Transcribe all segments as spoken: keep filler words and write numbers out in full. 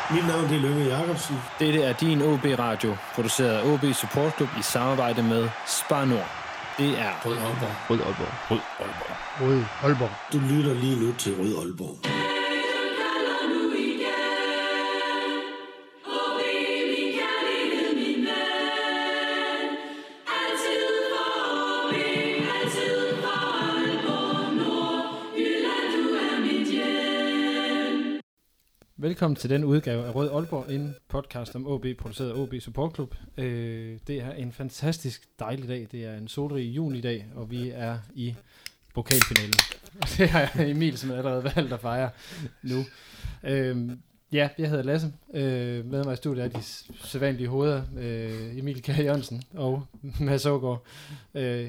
Mit navn er Lønge Jacobsen. Dette er din O B-radio, produceret af O B Support Club i samarbejde med Spar Nord. Det er Rød Aalborg. Rød Aalborg. Rød Aalborg. Rød Aalborg. Du lytter lige nu til Rød Aalborg. Velkommen til den udgave af Rød Aalborg, en podcast om O B, produceret af O B Support Club. Øh, det er en fantastisk dejlig dag. Det er en solrig junidag, og vi er i pokalfinalen. Og det har Emil som allerede valgt at fejre nu. Øh, ja, jeg hedder Lasse. Øh, med mig i studiet er de sædvanlige hoveder. Øh, Emil K. Jørgensen og Mads Aagaard. Øh,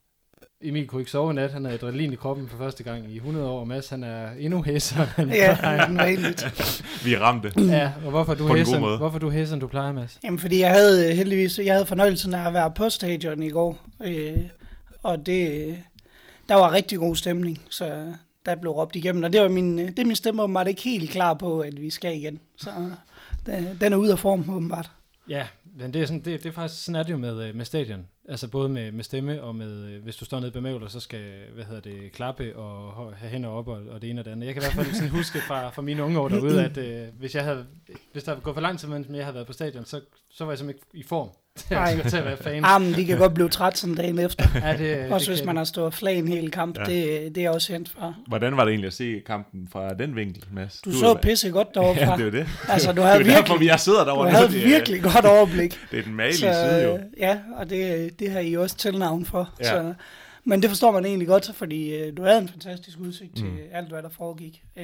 Emil kunne ikke sove i nat, han havde adrenalin i kroppen for første gang i hundrede år, og Mads han er endnu hæsere. Ja, vanligt. Vi er ramte. Ja, og hvorfor er du hæsere, hvorfor er du hæsere, end du plejer, Mads? Jamen, fordi jeg havde heldigvis, jeg havde fornøjelsen af at være på stadion i går, øh, og det, der var rigtig god stemning, så der blev råbt igennem, og det var min, det er min stemme åbenbart ikke helt klar på, at vi skal igen, så den, den er ude af form åbenbart. Ja, men det er, sådan, det, det er faktisk, sådan er det jo med, med stadion. Altså både med, med stemme og med, hvis du står nede ved Mævler, så skal, hvad hedder det, klappe og have hænder op og, og det ene og det andet. Jeg kan i hvert fald sådan huske fra, fra mine unge år derude, at øh, hvis, jeg havde, hvis der var gået for lang tid, mens jeg havde været på stadion, så, så var jeg simpelthen ikke i form til at, til at være fan. Armen, de kan godt blive træt sådan dagen efter. Ja, det, også det hvis man har stået flag en hel kamp, ja. det, det er også hent fra. Hvordan var det egentlig at se kampen fra den vinkel, Mads? Du, du så pisse godt derovre fra. Ja, det var det. Altså, du havde det virkelig, derfor, jeg sidder derovre. Du havde det, virkelig godt overblik. Det er den malige side jo. Ja, og det, det har I også tilnavn for. Ja. Så, men det forstår man egentlig godt, fordi uh, du havde en fantastisk udsigt til mm. alt, hvad der foregik. Uh,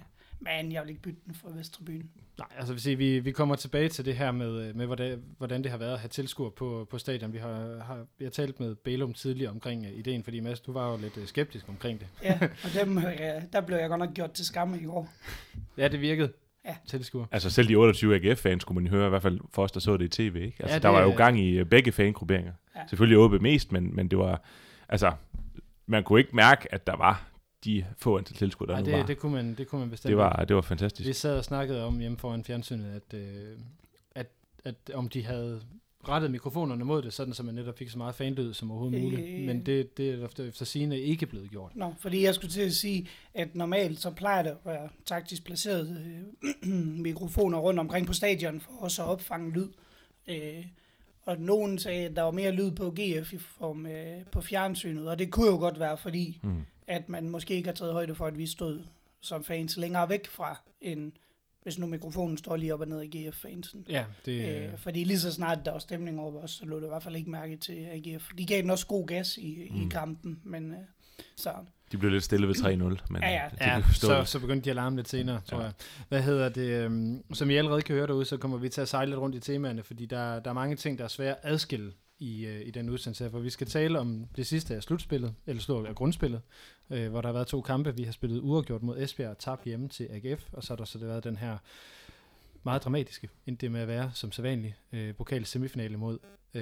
men jeg vil ikke bytte den for Vestrebyen. Nej, altså vil sige, vi, vi kommer tilbage til det her med, med hvordan, hvordan det har været at have tilskuer på, på stadion. Vi har, har jeg talt med Bælum tidligere omkring uh, ideen, fordi Mads, du var jo lidt uh, skeptisk omkring det. Ja, og dem, uh, der blev jeg godt nok gjort til skamme i går. Ja, det virkede. Ja. Tilskuer. Altså selv de otteogtyve A G F-fans kunne man høre, i hvert fald for os, der så det i tv. Ikke? Altså, ja, det, der var jo gang i uh, begge fangrupperinger. Ja. Selvfølgelig O B mest, men, men det var, altså, man kunne ikke mærke, at der var de få antal tilskuere, der Ej, nu det, var. det kunne man, det kunne man bestemt. Det var, det var fantastisk. Vi sad og snakkede om hjemme foran fjernsynet, at, øh, at, at om de havde rettet mikrofonerne mod det, sådan så man netop fik så meget fanlyd som overhovedet muligt. Øh, Men det, det er efter, efter sigende ikke blevet gjort. Nå, fordi jeg skulle til at sige, at normalt så plejer det at være taktisk placeret øh, mikrofoner rundt omkring på stadion for også at opfange lyd. Øh, og nogen sagde, at der var mere lyd på G F i form øh, på fjernsynet, og det kunne jo godt være, fordi mm. at man måske ikke har taget højde for, at vi stod som fans længere væk fra en, hvis nu mikrofonen står lige op og ned i G F-fansen. Ja, det... Øh, fordi lige så snart der var stemning over os, så lå det i hvert fald ikke mærke til A G F. De gav den også god gas i, mm. i kampen, men øh, så... De blev lidt stille ved tre nul. Men ja, ja. ja så, så begyndte de at larme lidt senere, tror ja. jeg. Hvad hedder det? Um, som I allerede kan høre derude, så kommer vi til at sejle lidt rundt i temaerne, fordi der, der er mange ting, der er svære at adskille i, uh, i den udsendelse her, for vi skal tale om det sidste af slutspillet, eller slutspillet af grundspillet, uh, hvor der har været to kampe. Vi har spillet uafgjort mod Esbjerg og tabt hjemme til A G F, og så har der så det været den her meget dramatiske, endte det med at være som sædvanlig, uh, pokal semifinale mod uh,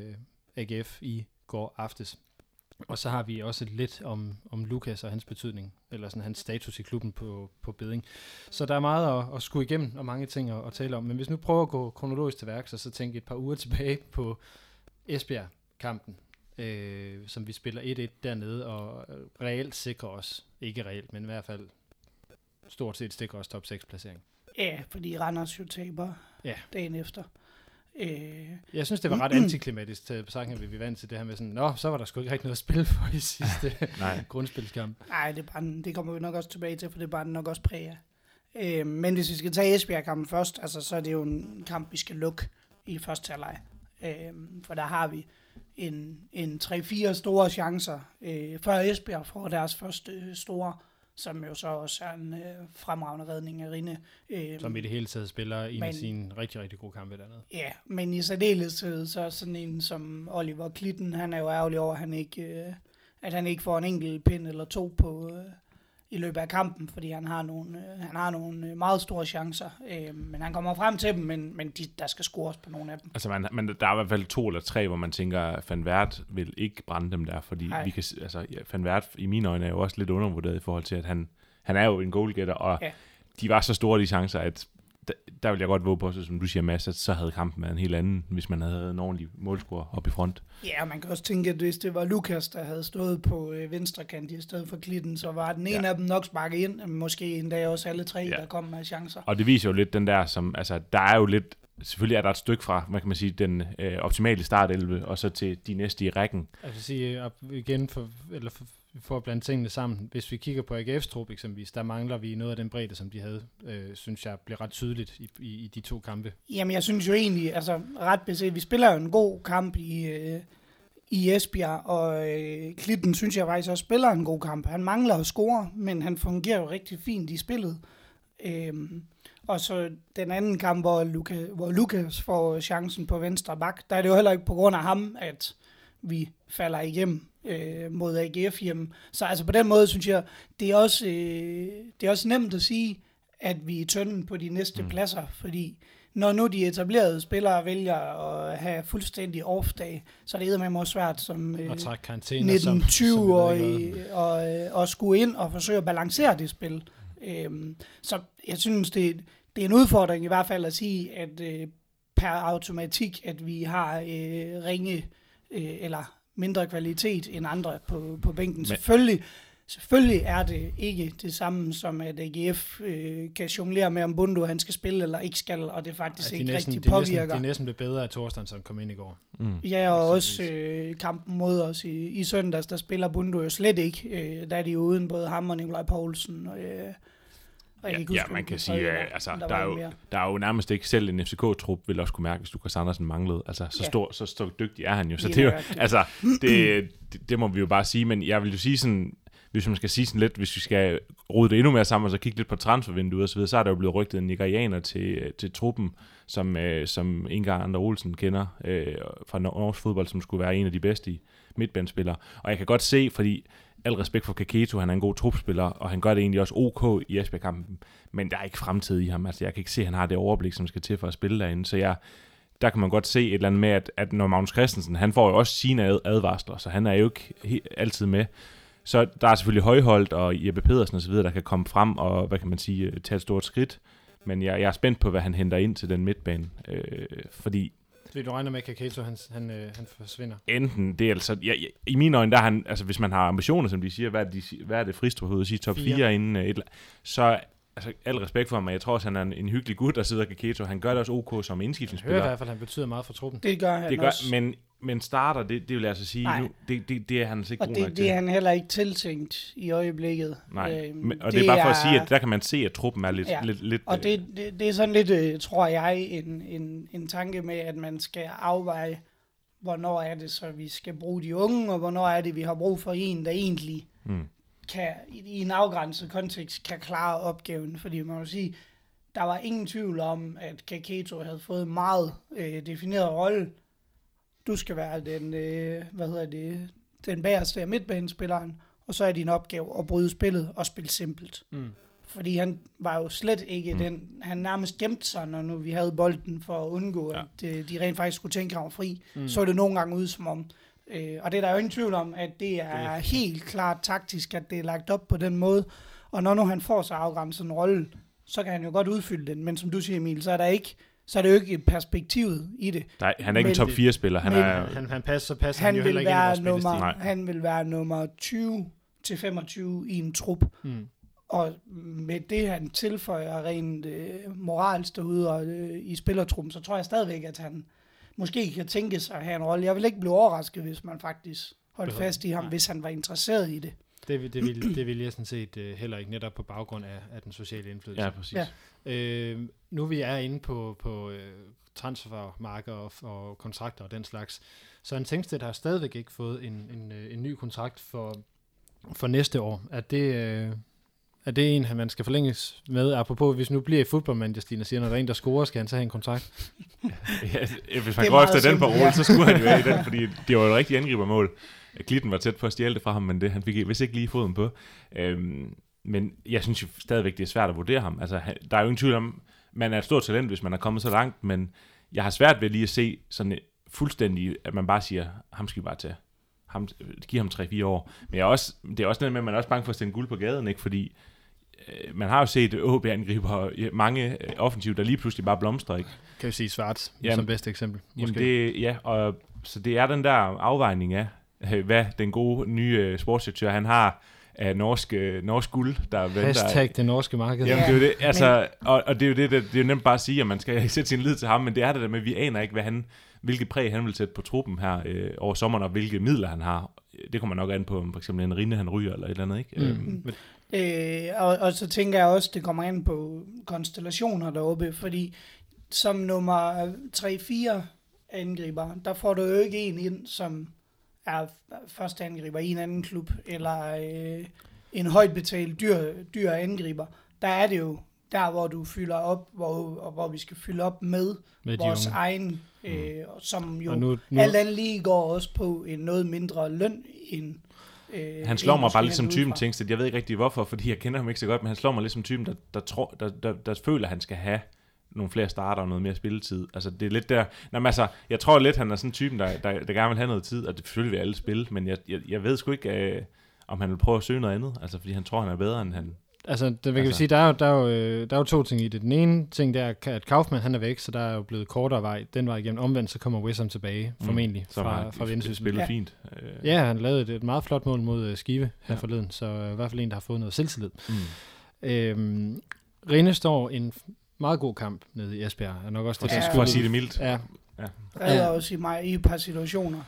A G F i går aftes. Og så har vi også lidt om, om Lukas og hans betydning, eller sådan hans status i klubben på, på Bedding. Så der er meget at, at skue igennem, og mange ting at, at tale om. Men hvis nu prøver at gå kronologisk til værks, og så tænke et par uger tilbage på Esbjerg-kampen, øh, som vi spiller et et dernede, og reelt sikrer os, ikke reelt, men i hvert fald stort set sikrer os top seks placering. Ja, fordi Randers jo taber ja. dagen efter. Øh, jeg synes, det var ret antiklimatisk til betragtning, at vi vandt til det her med sådan, nå, så var der sgu ikke rigtig noget at spille for i sidste grundspilskamp. Nej, det, det kommer vi nok også tilbage til, for det er bare nok også præge. Øh, men hvis vi skal tage Esbjerg-kampen først, altså, så er det jo en kamp, vi skal lukke i første halvleg. Øh, for der har vi en, en tre fire store chancer, øh, før Esbjerg får deres første øh, store, som jo så også er en øh, fremragende redning af Rine. Øh, som i det hele taget spiller en men, af sine rigtig, rigtig gode kampe dernede. Ja, men i særdeleshed så sådan en som Oliver Klitten, han er jo ærgerlig over, at han ikke, øh, at han ikke får en enkelt pind eller to på, øh, i løbet af kampen, fordi han har nogle, øh, han har nogle meget store chancer. Øh, men han kommer frem til dem, men, men de, der skal scores på nogle af dem. Altså, man, man, der er i hvert fald to eller tre, hvor man tænker, at Van Wert vil ikke brænde dem der, fordi vi kan, altså, ja, Van Wert i mine øjne er jo også lidt undervurderet i forhold til, at han, han er jo en goalgetter, og ja. de var så store, de chancer, at der, der vil jeg godt våge på, så, som du siger, Mads, at så havde kampen været en helt anden, hvis man havde en ordentlig målscore op i front. Ja, man kan også tænke, at hvis det var Lukas, der havde stået på øh, venstre kant i stedet for Klitten, så var den ene ja. af dem nok sparket ind, måske endda også alle tre, ja. der kom med chancer. Og det viser jo lidt den der, som, altså, der er jo lidt, selvfølgelig er der et stykke fra, hvad kan man sige, den øh, optimale startelve, og så til de næste i rækken. Jeg vil sige, op igen, for, eller for, for at blande tingene sammen, hvis vi kigger på A G F's trup eksempelvis, der mangler vi noget af den bredde, som de havde, øh, synes jeg, blev ret tydeligt i, i, i de to kampe. Jamen, jeg synes jo egentlig, altså ret beset, vi spiller jo en god kamp i, øh, i Esbjerg, og øh, Klitten synes jeg faktisk også spiller en god kamp. Han mangler at score, men han fungerer jo rigtig fint i spillet. Øhm, og så den anden kamp, hvor, Luka, hvor Lukas får chancen på venstre bak, der er det jo heller ikke på grund af ham, at vi falder igennem øh, mod A G F hjemme. Så altså på den måde synes jeg, det er også, øh, det er også nemt at sige, at vi er tønden på de næste mm. pladser, fordi når nu de etablerede spillere vælger at have fuldstændig off-dag, så er det eddermame også svært som øh, nitten tyve-årig og, øh, og skulle ind og forsøge at balancere det spil. Øhm, så jeg synes, det, det er en udfordring i hvert fald at sige, at øh, per automatik, at vi har øh, ringe øh, eller mindre kvalitet end andre på, på bænken. Men selvfølgelig, selvfølgelig er det ikke det samme som, at A G F øh, kan jonglere med, om Bundu han skal spille eller ikke skal, og det faktisk ja, de ikke næsten, rigtig påvirker. De er næsten, næsten blevet bedre af Thorsten, som kom ind i går. Mm. Ja, og også øh, kampen mod os i, i søndags, der spiller Bundu jo slet ikke. Øh, der er de jo uden både ham og Nikolaj Poulsen. Og, øh, og ja, ja, man kan sige, at altså, der, der, er jo, der er jo nærmest ikke selv en F C K-trup, vil også kunne mærke, hvis Lukas Andersen manglede. Altså, så, ja. stor, så stor dygtig er han jo. Så det, er jo, altså, det, det, det må vi jo bare sige, men jeg vil jo sige sådan, hvis man skal sige sådan lidt, hvis vi skal rode det endnu mere sammen, og så kigge lidt på transfervinduet og så videre, så er der jo blevet rygtet en nigerianer til, til truppen, som, øh, som Ingar Ander Olsen kender øh, fra norsk fodbold, som skulle være en af de bedste i midtbanespillere. Og jeg kan godt se, fordi al respekt for Kaketo, han er en god trupspiller, og han gør det egentlig også ok i Esbjerg-kampen, men der er ikke fremtid i ham. Altså, jeg kan ikke se, at han har det overblik, som skal til for at spille derinde, så jeg, der kan man godt se et eller andet med, at, at når Magnus Christensen, han får jo også sine advarsler, så han er jo ikke altid med. Så der er selvfølgelig Højholdt og Jeppe Pedersen osv., der kan komme frem og, hvad kan man sige, tage et stort skridt. Men jeg, jeg er spændt på, hvad han henter ind til den midtbane, øh, fordi Så du regner med, at Kaketo, han, han, øh, han forsvinder? Enten det, altså, ja, ja, i mine øjne, der han, altså hvis man har ambitioner, som de siger, hvad er det, de, hvad er det Fristrup ud at sige, top fire inden et, så altså, al respekt for ham, men jeg tror også, han er en, en hyggelig gut, der sidder Kaketo. Han gør det også ok som indskiftningsspiller. Jeg hører i hvert fald, han betyder meget for truppen. Det gør han det gør, også. Men, men starter, det, det vil jeg altså sige, nu, det, det, det er han altså ikke og god det, nok det til. det er han heller ikke tiltænkt i øjeblikket. Nej, øhm, men, og det, det er bare for at sige, at der kan man se, at truppen er lidt... Ja. lidt, lidt og det, det, det er sådan lidt, øh, tror jeg, en, en, en tanke med, at man skal afveje, hvornår er det så, vi skal bruge de unge, og hvornår er det, vi har brug for en, der egentlig mm. kan, i en afgrænset kontekst, kan klare opgaven. Fordi man må sige, der var ingen tvivl om, at Kaketo havde fået en meget øh, defineret rolle. Du skal være den, øh, hvad hedder det, den bagerste af midtbanespilleren, og så er din opgave at bryde spillet og spille simpelt. Mm. Fordi han var jo slet ikke mm. den, han nærmest gemte sig, når nu vi havde bolden for at undgå, ja. at øh, de rent faktisk skulle tænke ham fri. Mm. Så er det nogle gange ud som om, øh, og det er der jo ingen tvivl om, at det er det. helt klart taktisk, at det er lagt op på den måde. Og når nu han får så afgrænset en rolle, så kan han jo godt udfylde den, men som du siger, Emil, så er der ikke så er det jo ikke perspektivet i det. Nej, han er ikke men, en top fire spiller. Han, er, han, han passer, så passer han, han jo heller ikke ind i vores nummer, Han vil være nummer tyve til femogtyve i en trup. Hmm. Og med det, han tilføjer rent øh, moralsk derude og, øh, i spillertruppen, så tror jeg stadigvæk, at han måske kan tænke sig at have en rolle. Jeg vil ikke blive overrasket, hvis man faktisk holdt Behøver. fast i ham, Nej. hvis han var interesseret i det. Det, det, vil, det vil jeg sådan set uh, heller ikke, netop på baggrund af, af den sociale indflydelse. Ja, præcis. Ja. Øh, nu vi er inde på, på uh, transfermarker og, og kontrakter og den slags, så en Tengstedt har stadigvæk ikke fået en, en, en ny kontrakt for, for næste år. Er det, uh, er det en, man skal forlænges med? Apropos, hvis nu bliver i fodboldmanager, siger, når der er en, der scorer, skal han så have en kontrakt? ja, hvis man går efter den parole, ja. så skulle han jo af i den, fordi det var jo et rigtigt angribermål. Klitten var tæt på at stjæle det fra ham, men det, han fik vist ikke lige foden på. Øhm, men jeg synes jo stadigvæk, det er svært at vurdere ham. Altså, der er jo ingen tvivl om, man er et stort talent, hvis man er kommet så langt, men jeg har svært ved lige at se sådan fuldstændig, at man bare siger, ham skal vi bare tage. Ham, give ham tre fire år. Men jeg er også, det er også noget med, at man er også bange for at stille guld på gaden, ikke? Fordi man har jo set O B-angriber, mange offensivt, der lige pludselig bare blomstrer, ikke? Kan vi sige Schwarz jamen, som bedste eksempel? Jamen det, ja, og så det er den der afvejning af, hvad den gode nye sportsdirektør, han har af norsk, norsk guld, der venter. Hashtag det norske marked. Jamen, det er jo det, altså, og, og det er jo det, det, det er jo nemt bare at sige, at man skal sætte sin lid til ham, men det er det der med, at vi aner ikke, hvad han, hvilket præg han vil sætte på truppen her øh, over sommeren, og hvilke midler han har. Det kommer nok an på, om for eksempel en Rine, han ryger, eller et eller andet, ikke? Mm. Øhm. Øh, og, og så tænker jeg også, det kommer an på konstellationer deroppe, fordi som nummer tre fire angriber, der får du jo ikke en ind, som er første angriber i en anden klub, eller øh, en højt betalt dyr, dyr angriber. Der er det jo der, hvor du fylder op, hvor, hvor vi skal fylde op med, med vores egen, øh, som jo nu, nu, alt andet lige går også på en noget mindre løn end Øh, han slår mig bare lidt som typen Tingsted. Jeg ved ikke rigtig hvorfor, fordi jeg kender ham ikke så godt, men han slår mig lidt som typen, der, der, tror, der, der, der føler, at han skal have nogle flere starter og noget mere spilletid. Altså det er lidt der... Nå, men altså, jeg tror lidt, han er sådan en typen, der, der, der gerne vil have noget tid, og det selvfølgelig vil alle spille, men jeg, jeg, jeg ved sgu ikke, øh, om han vil prøve at søge noget andet, altså fordi han tror, han er bedre, end han... Altså, det vil altså. sige, der er, jo, der, er jo, der er jo to ting i det. Den ene ting, det er, at Kaufmann, han er væk, så der er jo blevet kortere vej. Den vej igennem. Omvendt, så kommer Wissam tilbage, mm. formentlig, så fra, fra Vendsyssel. Spillet ja. fint. Ja, han lavede et, et meget flot mål mod uh, Skive her ja. forleden, så uh, i hvert fald en, der har fået noget selvtillid. Mm. Øhm, Rine står en meget god kamp nede i Esbjerg. Er nok også det, der skulle sige det mildt. Ja. Ja. Redder ja. også i, mig, i et par situationer.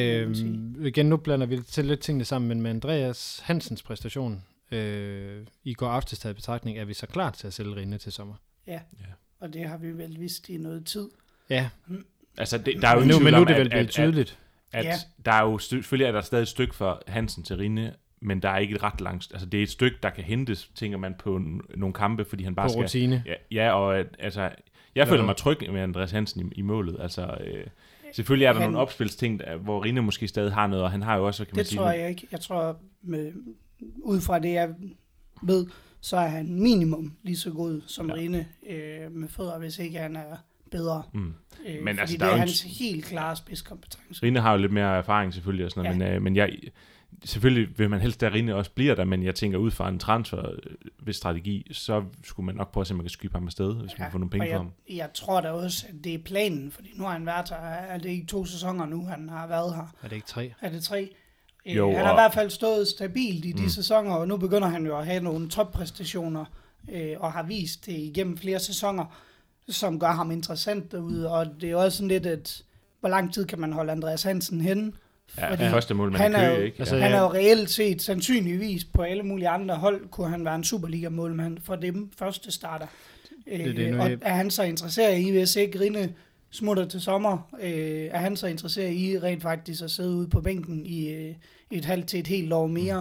Øhm, igen, nu blander vi til lidt tingene sammen, men med Andreas Hansens præstation, Øh, i går aftes taget betragtning, er vi så klar til at sælge Rine til sommer. Ja, ja. Og det har vi vel vist i noget tid. Ja. Mm. Altså, det, der er jo nu, men nu er det at, vel blevet tydeligt. At, at, ja. at der er jo selvfølgelig er der stadig et stykke for Hansen til Rine, men der er ikke et ret langt. Altså, det er et stykke, der kan hentes, tænker man, på n- nogle kampe, fordi han bare på skal... rutine. Ja, ja, og altså, jeg ja. føler mig tryg med Andreas Hansen i, i målet. Altså, øh, selvfølgelig er der han, nogle opspilsting, hvor Rine måske stadig har noget, og han har jo også, kan man det sige... Det tror jeg ikke. Jeg tror, med... ud fra det, jeg ved, så er han minimum lige så god som ja. Rine øh, med fødder, hvis ikke han er bedre. Mm. Øh, men altså, det er hans en... helt klare spidskompetence. Rine har jo lidt mere erfaring selvfølgelig, og sådan noget, ja. men, øh, men jeg, selvfølgelig vil man helst, at Rine også bliver der, men jeg tænker ud fra en transfer ved strategi, så skulle man nok prøve at se, om man kan skybe ham afsted, hvis ja. man får nogle penge jeg, for ham. Jeg tror da også, at det er planen, fordi nu har han været her, er det ikke to sæsoner nu, han har været her? Er det ikke tre? Er det tre? Jo, han har i hvert fald stået stabilt i de mm. sæsoner, og nu begynder han jo at have nogle toppræstationer, øh, og har vist det igennem flere sæsoner, som gør ham interessant derude, og det er også sådan lidt, at hvor lang tid kan man holde Andreas Hansen henne? Ja, det første mål, man han kan køge, ikke? Altså, ja. Han er jo reelt set, sandsynligvis på alle mulige andre hold, kunne han være en Superliga-målmand for dem første starter. Det, det, øh, og er han så interesseret i, hvis ikke Rine smutter til sommer, øh, er han så interesseret i rent faktisk at sidde ude på bænken i øh, et halvt til et helt år mere,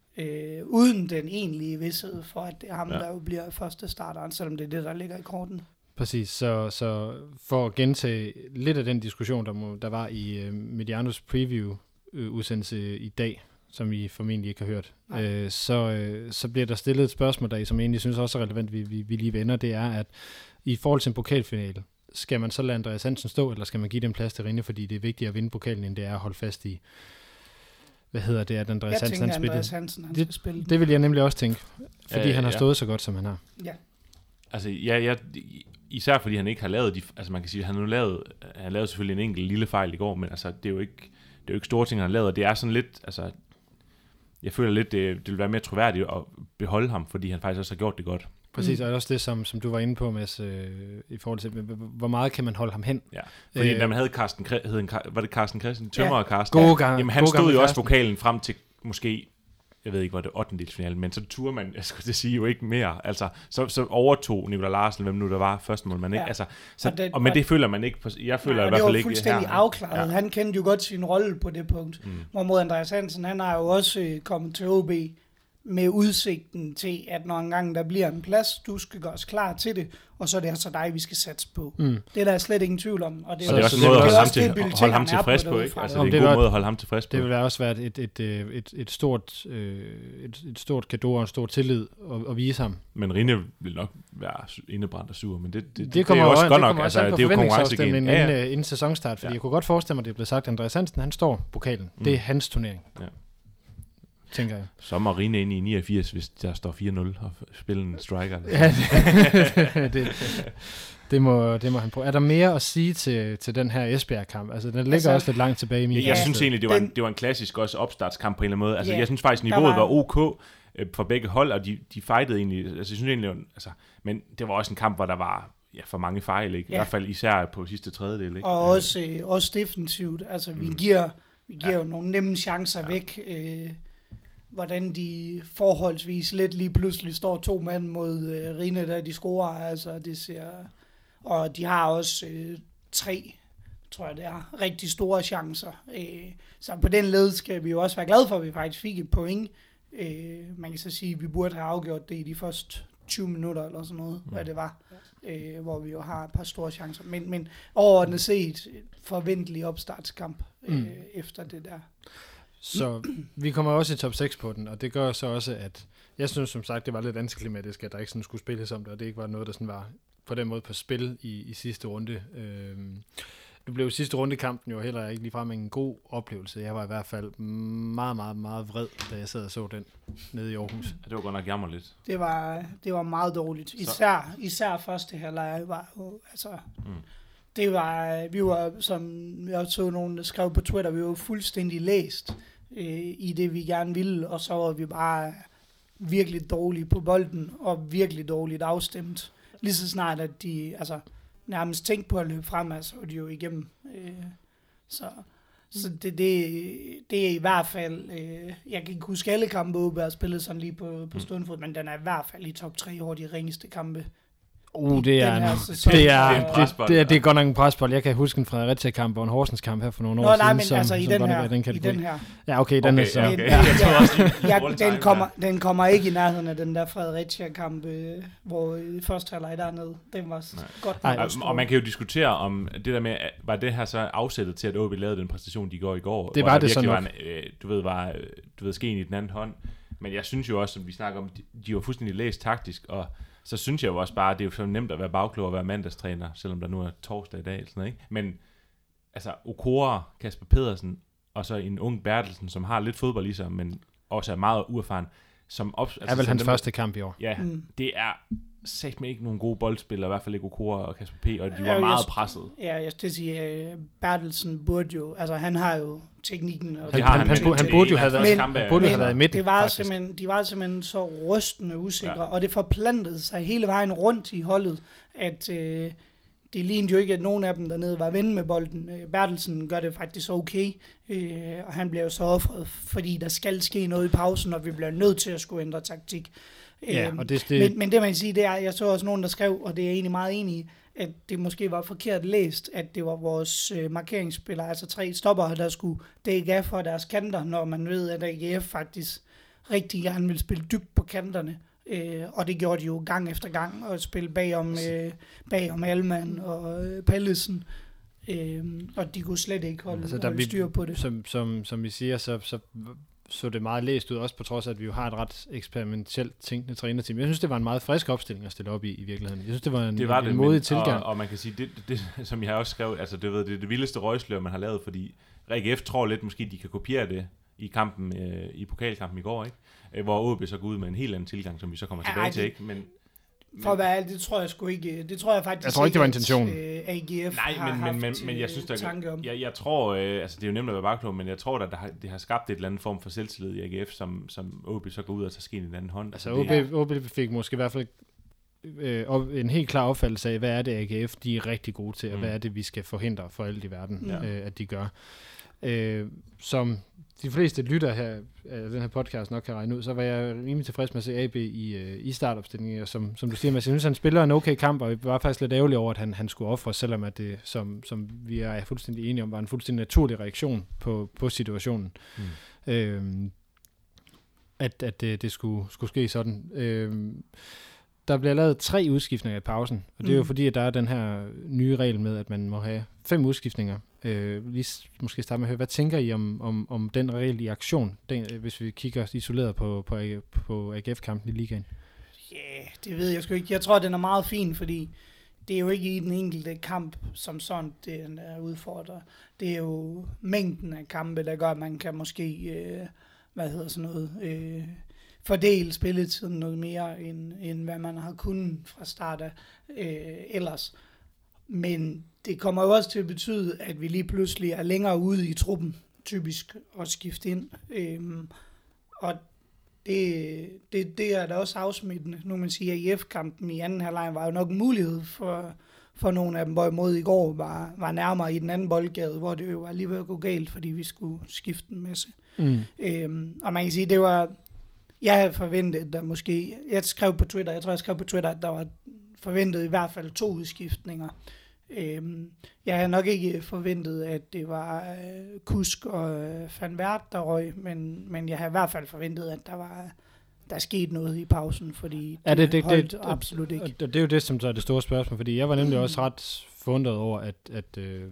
øh, uden den egentlige vidsthed for, at det er ham, ja. der jo bliver første starteren, selvom det er det, der ligger i korten. Præcis, så, så for at gentage lidt af den diskussion, der, må, der var i øh, Medianos preview-udsendelse øh, i dag, som I formentlig ikke har hørt, øh, så, øh, så bliver der stillet et spørgsmål, der som jeg egentlig synes også er relevant, vi, vi, vi lige vender, det er, at i forhold til en pokalfinale, skal man så lade Andreas Hansen stå, eller skal man give dem plads til Rine, fordi det er vigtigt at vinde pokalen, end det er at holde fast i, hvad hedder det, at Andreas Hansen han spiller. Andreas Hansen, han det, spille. Det vil jeg nemlig også tænke, fordi øh, han har ja. stået så godt, som han har. Ja. Altså, ja, ja, især fordi han ikke har lavet de, altså man kan sige, han har nu lavet, han har lavet selvfølgelig en enkelt lille fejl i går, men altså, det er jo ikke, det er jo ikke store ting, han har lavet, og det er sådan lidt, altså, jeg føler lidt, det, det vil være mere troværdigt at beholde ham, fordi han faktisk også har gjort det godt. Præcis, mm. og også det, som, som du var inde på, Mads, øh, i forhold til, hvor meget kan man holde ham hen? Ja, fordi øh, når man havde Carsten, hed en, var det Carsten Christen, Tømmer ja. og Carsten? Gode gang, jamen han gode stod jo også Carsten. vokalen frem til måske, jeg ved ikke, var det ottendedelsfinalen, men så turde man, jeg skulle sige jo ikke mere, altså, så, så overtog Nicolai Larsen, hvem nu der var første mål, man ikke, ja. altså, så, og, det, og men det føler man ikke, jeg føler ja, i hvert fald ikke her. Det var fuldstændig afklaret, ja. Han kendte jo godt sin rolle på det punkt, mm. hvorimod Andreas Hansen, han har jo også øh, kommet til O B, med udsigten til, at når engang der bliver en plads, du skal gøre os klar til det, og så er det altså dig, vi skal satse på. Mm. Det er der slet ingen tvivl om. Og det er, og det er også en måde at holde ham til, holde ham tilfreds på, ikke? Altså, det er en god måde at holde ham tilfreds på. Det vil også være et, et, et, et, et, stort, et, et stort cadeau og en stor tillid at, at vise ham. Men Rine vil nok være indebrændt og sur, men det, det, det, det, kommer det er også også, godt nok. nok. Altså, det er jo konkurrencegen. Inden, ja, ja. inden sæsonstart, fordi ja. jeg kunne godt forestille mig, at det blev sagt, at Andreas Hansen, han står pokalen. Mm. Det er hans turnering. Ja. tænker jeg. Så må Rine ind i niogfirs, hvis der står fire nul og spille en striker. Ja, det, det, det, må, det må han prøve. Er der mere at sige til, til den her Esbjerg-kamp? Altså, den ligger altså, også lidt langt tilbage i min. Jeg, jeg synes egentlig, det var, en, det var en klassisk også opstartskamp på en eller anden måde. Altså, yeah, jeg synes faktisk, niveauet var, var ok øh, for begge hold, og de, de fightede egentlig. Altså, jeg synes egentlig, altså, men det var også en kamp, hvor der var ja, for mange fejl, ikke? I ja. hvert fald især på sidste tredjedel, ikke? Og også, øh, også defensivt. Altså, vi mm. giver, vi giver ja. jo nogle nemme chancer ja. væk. Øh, hvordan de forholdsvis lidt lige pludselig står to mand mod øh, Rine, der de scorer. Altså, det ser... Og de har også øh, tre, tror jeg det er, rigtig store chancer. Øh, så på den led skal vi jo også være glade for, at vi faktisk fik et point. Øh, man kan så sige, at vi burde have afgjort det i de første tyve minutter, eller sådan noget, mm. hvad det var. Øh, hvor vi jo har et par store chancer. Men, men overordnet set, forventelig opstartskamp øh, mm. efter det der. Så vi kommer også i top seks på den, og det gør så også, at jeg synes som sagt, det var lidt antiklimatisk, at der ikke sådan skulle spilles om det, og det ikke var noget, der sådan var på den måde på spil i, i sidste runde. Øhm, nu blev sidste runde kampen jo heller ikke ligefrem en god oplevelse. Jeg var i hvert fald meget, meget, meget vred, da jeg sad og så den nede i Aarhus. Det var godt nok jammerligt. Det var, det var meget dårligt. Især, især første halvleg var jo, altså... Mm. Det var, vi var, som jeg så nogen, der skrev på Twitter, vi var fuldstændig læst øh, i det, vi gerne ville, og så var vi bare virkelig dårlige på bolden, og virkelig dårligt afstemt. Lige så snart, at de altså, nærmest tænkte på at løbe fremad, så var de jo igennem. Øh, så så det, det, det er i hvert fald, øh, jeg kan ikke huske alle kampe, O B har spillet sådan lige på, på stundfod, men den er i hvert fald i top tre over de ringeste kampe. Uh, det er, en, det, er, det, det, er, det er godt nok en presbold. Jeg kan huske en Fredericia-kamp og en Horsens-kamp her for nogle Nå, år nej, siden. Men som, altså i som den, her, her, den, i den her. Ja, okay, den okay, er så. Okay. Ja, ja, ja, den, kommer, den kommer ikke i nærheden af den der Fredericia-kamp, øh, hvor øh, første halvleg dernede. Den var nej. godt nok. Nej, og man kan jo diskutere om det der med, var det her så afsættet til, at O B lavede den præstation, de går i går? Det var det sådan var en, øh, du ved, var, du ved, skeen i den anden hånd. Men jeg synes jo også, som vi snakker om, de, de var fuldstændig læst taktisk, og så synes jeg jo også bare, at det er jo så nemt at være bagklog og være mandagstræner, selvom der nu er torsdag i dag. Sådan noget, ikke? Men altså Okora, Kasper Pedersen, og så en ung Bertelsen, som har lidt fodbold i sig, men også er meget uerfaren. Som op, altså, er vel hans dem, første kamp i år. Ja, mm. det er sagt med ikke nogen gode boldspillere, i hvert fald ikke Okora og Kasper P., og de var ja, meget presset. Ja, jeg skal sige, uh, Bertelsen burde jo, altså han har jo teknikken. Og han, han, han, han, han burde jo have været, men, han burde men, have været i midten, det var simpelthen, de var simpelthen så rystende usikre, ja. Og det forplantede sig hele vejen rundt i holdet, at uh, det lignede jo ikke, at nogen af dem dernede var ven med bolden. Bertelsen gør det faktisk okay, uh, og han bliver jo så offret, fordi der skal ske noget i pausen, og vi bliver nødt til at skulle ændre taktik. Ja, og det, det... Men, men det man kan sige, det er, jeg så også nogen, der skrev, og det er jeg egentlig meget enig i, at det måske var forkert læst, at det var vores øh, markeringsspillere, altså tre stoppere, der skulle dække af for deres kanter, når man ved, at A G F faktisk rigtig gerne vil spille dybt på kanterne. Øh, og det gjorde de jo gang efter gang, og spille bagom, øh, bagom Alman og øh, Pallesen. Øh, og de kunne slet ikke holde, altså, holde styr på det. Som, som, som vi siger, så... så så det meget læst ud, også på trods af, at vi jo har et ret eksperimentelt tænkende trænerteam. Jeg synes, det var en meget frisk opstilling at stille op i, i virkeligheden. Jeg synes, det var en, det var en det, modig men, tilgang. Og, og man kan sige, det, det, som jeg også skrev, altså det, ved, det er det vildeste røgslør, man har lavet, fordi A G F tror lidt, måske de kan kopiere det i kampen, øh, i pokalkampen i går, ikke? Øh, hvor O B så går ud med en helt anden tilgang, som vi så kommer tilbage ja, til, ikke? Men for at være ærlig, det tror jeg sgu ikke. Det tror jeg faktisk jeg tror ikke, det var intentionen. At, uh, A G F Nej, har men, haft men, men, men jeg synes, der, tanke om. Jeg, jeg tror, øh, altså det er jo nemt at være bagklog, men jeg tror, at der har, det har skabt et eller andet form for selvtillid i A G F, som, som O B så går ud og tager skeen i den anden hånd. Altså O B, O B fik måske i hvert fald øh, en helt klar opfattelse af, hvad er det A G F, de er rigtig gode til, og mm. hvad er det, vi skal forhindre for alt i verden, ja. øh, at de gør. Øh, som de fleste lytter her af den her podcast nok kan regne ud, så var jeg rimelig tilfreds med at se A B i, øh, i startopstillingen, og som, som du siger, jeg synes, han spiller en okay kamp, og jeg var faktisk lidt ærgerlig over, at han, han skulle ofre, selvom at det, som, som vi er fuldstændig enige om, var en fuldstændig naturlig reaktion på, på situationen. Mm. Øh, at at det, det skulle, skulle ske sådan. Øh, Der bliver lavet tre udskiftninger i pausen, og det er mm. jo fordi, at der er den her nye regel med, at man må have fem udskiftninger. Øh, lige måske starte med at høre, hvad tænker I om, om, om den regel i aktion, den, hvis vi kigger isoleret på, på, på A G F-kampen i ligaen? Ja, yeah, det ved jeg sgu ikke. Jeg tror, den er meget fin, fordi det er jo ikke i den enkelte kamp som sådan, den er udfordret. Det er jo mængden af kampe, der gør, at man kan måske øh, hvad hedder sådan noget, øh, fordele spilletiden noget mere, end, end hvad man har kunnet fra start af øh, ellers. Men det kommer jo også til at betyde, at vi lige pludselig er længere ude i truppen, typisk, og skifte ind. Øhm, og det, det, det er da også afsmittende. Nu man siger, at I F-kampen i anden halvleg var jo nok en mulighed for, for nogle af dem, hvorimod i går var, var nærmere i den anden boldgade, hvor det jo var lige ved at gå galt, fordi vi skulle skifte en masse. Mm. Øhm, og man kan sige, det var... Jeg havde forventet, der måske... Jeg skrev på Twitter, jeg tror, jeg skrev på Twitter, at der var forventet i hvert fald to udskiftninger. Øhm, jeg havde nok ikke forventet, at det var øh, Kusk og øh, Van Wert, der røg, men, men jeg havde i hvert fald forventet, at der var der skete noget i pausen, fordi ja, det, det holdt det, absolut ikke. Det, det er jo det, som så er det store spørgsmål, fordi jeg var nemlig mm. også ret forundret over, at, at, øh,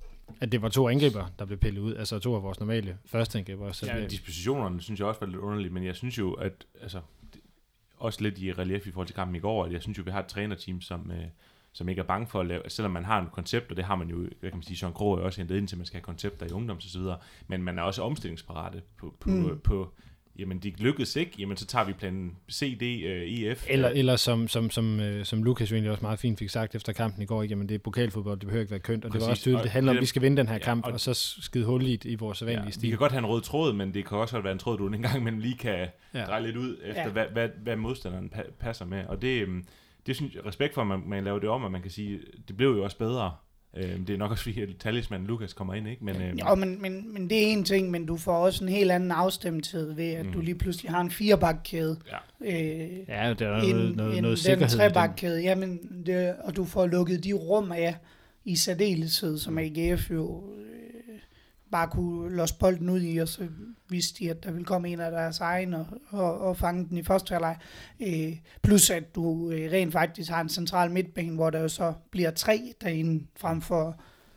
at det var to angriber, der blev pillet ud, altså to af vores normale første angriber. Så ja, det, dispositionerne synes jeg også var lidt underligt, men jeg synes jo, at altså, det, også lidt i relief i forhold til kampen i går, at jeg synes jo, vi har et trænerteam, som... Øh, som ikke er bange for at lave, selvom man har et koncept, og det har man jo, hvad kan man sige, Søren Krogh er også hentet ind til, man skal have koncepter i ungdoms og så videre, men man er også omstillingsparate på, på, mm. på jamen de lykkedes ikke, jamen så tager vi plan C, D, E, F. Eller, eller som, som, som, øh, som Lukas jo egentlig også meget fint fik sagt efter kampen i går, jamen det er pokalfodbold, det behøver ikke være kønt, og præcis. Det var også tydeligt, det handler om, at vi skal vinde den her kamp, ja, og, og så skide hul i, i vores sædvanlige ja, stil. Vi kan godt have en rød tråd, men det kan også godt være en tråd, du en gang imellem lige kan ja. dreje lidt ud, efter ja. hvad, hvad, hvad modstanderen pa- passer med, og det... Det synes jeg, respekt for, at man, man laver det om, at man kan sige, det blev jo også bedre. Øh, det er nok også fordi, at talisman Lukas kommer ind, ikke? Men, øh, ja, men, men, men det er en ting, men du får også en helt anden afstemthed ved, at mm. du lige pludselig har en firebakkæde. Ja, øh, ja det er en, noget, noget, en, noget sikkerhed. Den trebakkæde, jamen, det, og du får lukket de rum af i særdeleshed, som A G F jo øh, bare kunne låse bolden ud i, og så vidste de, at der ville komme en af deres egne og, og, og fange den i første halvleg. Øh, plus at du øh, rent faktisk har en central midtbane, hvor der jo så bliver tre derinde frem for...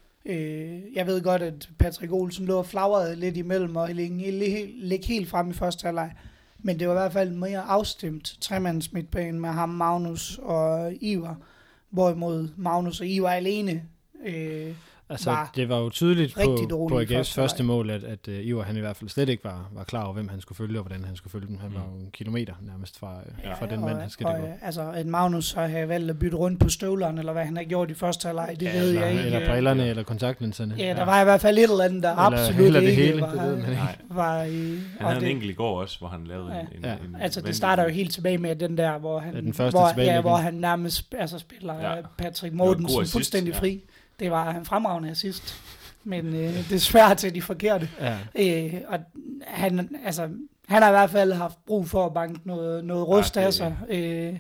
Øh, jeg ved godt, at Patrick Olsen lå og flagrede lidt imellem og ligge helt frem i første halvleg. Men det var i hvert fald mere afstemt tremands midtbane med ham, Magnus og Ivar. Hvorimod Magnus og Ivar alene... Øh, Altså, var det var jo tydeligt på, på A G F's første mål, at, at uh, Ivar han i hvert fald slet ikke var, var klar over, hvem han skulle følge, og hvordan han skulle følge dem. Han mm. var jo en kilometer nærmest fra, ja, fra den og, mand, han skal og, det gå. Altså, at Magnus så har valgt at bytte rundt på støvlerne, eller hvad han har gjort i første halvleg, det ja, ved jeg ikke. Eller brillerne, ja. eller kontaktlinserne. Ja, der ja. var i hvert fald et eller andet, der eller, absolut eller det ikke hele, var, det ved man ikke. var i... Han havde en enkelt i går også, hvor han lavede ja. en, en, ja. en... Altså, det starter jo helt tilbage med den der, hvor han, ja, den første hvor, ja, hvor han nærmest altså, spiller ja. Patrick Mortensen fuldstændig fri. Det var han fremragende assist. Men øh, desværre til de forkerte. Ja. Øh, og han, altså, han har i hvert fald haft brug for at banke noget, noget rust af sig. Øh,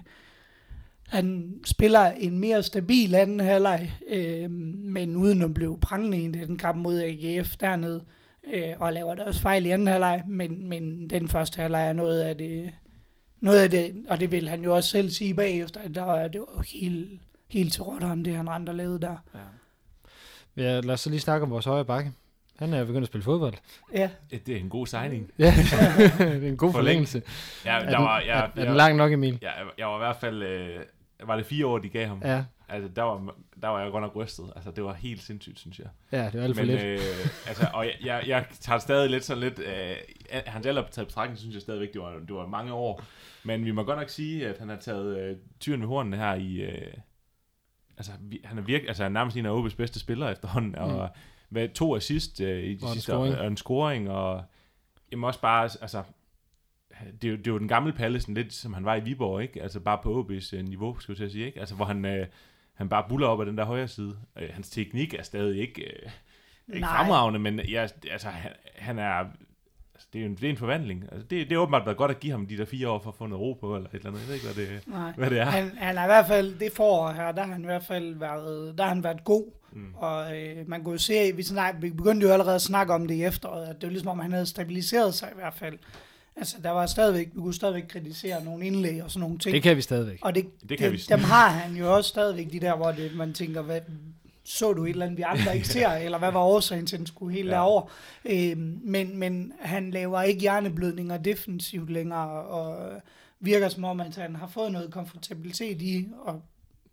han spiller en mere stabil anden halvleg, øh, men uden at blive prangende i den kamp mod A G F dernede, øh, og laver der også fejl i anden halvleg, men, men den første halvleg er noget af det, noget af det, og det vil han jo også selv sige bagefter, at der var, det var helt, helt til rotteren, det han rent og lavede der. Ja. Ja, lad os så lige snakke om vores højre bakke. Han er begyndt at spille fodbold. Ja. Det er en god signing. Ja, det er en god forlængelse. Ja, der er var, den, ja, er, er den lang nok, Emil? Ja, jeg var i hvert fald... Øh, var det fire år, de gav ham? Ja. Altså, der var, der var jeg godt nok rystet. Altså, det var helt sindssygt, synes jeg. Ja, det var alt for lidt. Øh, altså, og jeg, jeg, jeg tager stadig lidt sådan lidt... Øh, hans alder på taget betragtning, synes jeg stadigvæk, det var, det var mange år. Men vi må godt nok sige, at han har taget øh, tyren ved hornene her i... Øh, altså, vi, han er virkelig... Altså, nærmest en af O B's bedste spillere efterhånden, mm. og med to assist øh, i de sidste år, og en scoring, og jamen også bare... Altså, det er, jo, det er jo den gamle Pallesen, lidt som han var i Viborg, ikke? Altså bare på O B's uh, niveau, skulle jeg sige, ikke? Altså hvor han, øh, han bare buller op af den der højre side. Øh, hans teknik er stadig ikke, øh, ikke fremragende, men ja, altså, han, han er... Altså, det er jo en, det er en forvandling. Altså, det, det er åbenbart været godt at give ham de der fire år for at få noget ro på, eller et eller andet. Jeg ved ikke, hvad det, hvad det er. Han, han er i hvert fald, det forår her, der har han i hvert fald været, der har han været god. Mm. Og øh, man kunne jo se, vi, snak, vi begyndte jo allerede at snakke om det i efteråret, at det var ligesom om, han havde stabiliseret sig i hvert fald. Altså, der var stadigvæk, vi kunne stadigvæk kritisere nogle indlæg og sådan nogle ting. Det kan vi stadigvæk. Og det, det kan det, vi dem har han jo også stadigvæk, de der, hvor det, man tænker, hvad, så du et eller andet, vi andre ikke ser, eller hvad var årsagen til, at den skulle helt ja. derover. Øhm, men, men han laver ikke hjerneblødninger defensivt længere, og virker som om, at han har fået noget komfortabilitet i, og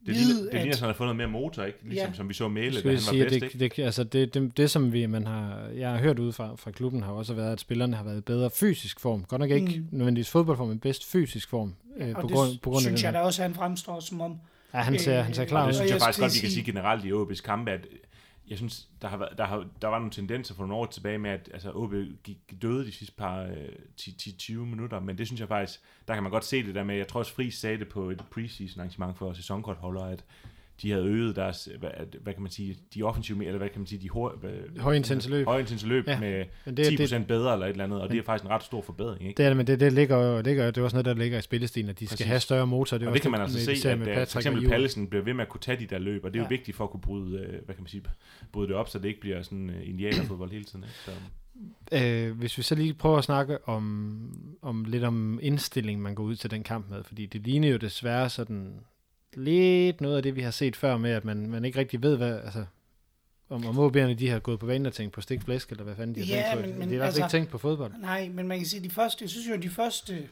Det ligner, det ligner sådan, at han har fået noget mere motor, ikke? Ligesom ja. som vi så Mæle, da han sige, var bedst, det, ikke? Det, altså det, det, det, som vi, man har, jeg har hørt ud fra, fra klubben, har også været, at spillerne har været i bedre fysisk form. Godt nok ikke mm. nødvendigvis fodboldform, men bedst fysisk form. Øh, på, det grund, på grund synes af jeg da også, at han fremstår som om. Ja, han ser, øh, han ser klar ud. Det synes jeg faktisk godt, vi kan sige generelt i O B's kampe, at jeg synes, der, har været, der, har, der var nogle tendenser for nogle år tilbage med, at altså, O B gik døde de sidste par øh, ti til tyve minutter, men det synes jeg faktisk, der kan man godt se det der med, jeg tror også Friis sagde det på et preseason arrangement for sæsonkortholdere, at de havde øget deres, hvad, hvad kan man sige, de offensive, eller hvad kan man sige, de højintense løb, højintense løb ja, med det, ti procent det, bedre eller et eller andet, og det er faktisk en ret stor forbedring, ikke? Det er det, men det, det ligger jo, det, ligger, det er også noget, der ligger i spillestilen, at de Præcis. skal have større motor. Det, og det kan man altså se, at med for eksempel Pallesen bliver ved med at kunne tage de der løb, og det er ja. jo vigtigt for at kunne bryde, hvad kan man sige, bryde det op, så det ikke bliver sådan uh, indianerfodbold hele tiden, ikke? Så. Øh, hvis vi så lige prøver at snakke om, om lidt om indstilling, man går ud til den kamp med, fordi det ligner jo desværre sådan lidt noget af det, vi har set før med, at man, man ikke rigtig ved, hvad, altså, om, om O B'erne de har gået på vanen og tænkt på stik flæsk, eller hvad fanden de har ja, tænkt på. Men, men, de har altså ikke tænkt på fodbold. Nej, men man kan sige, de første, jeg synes jo, de første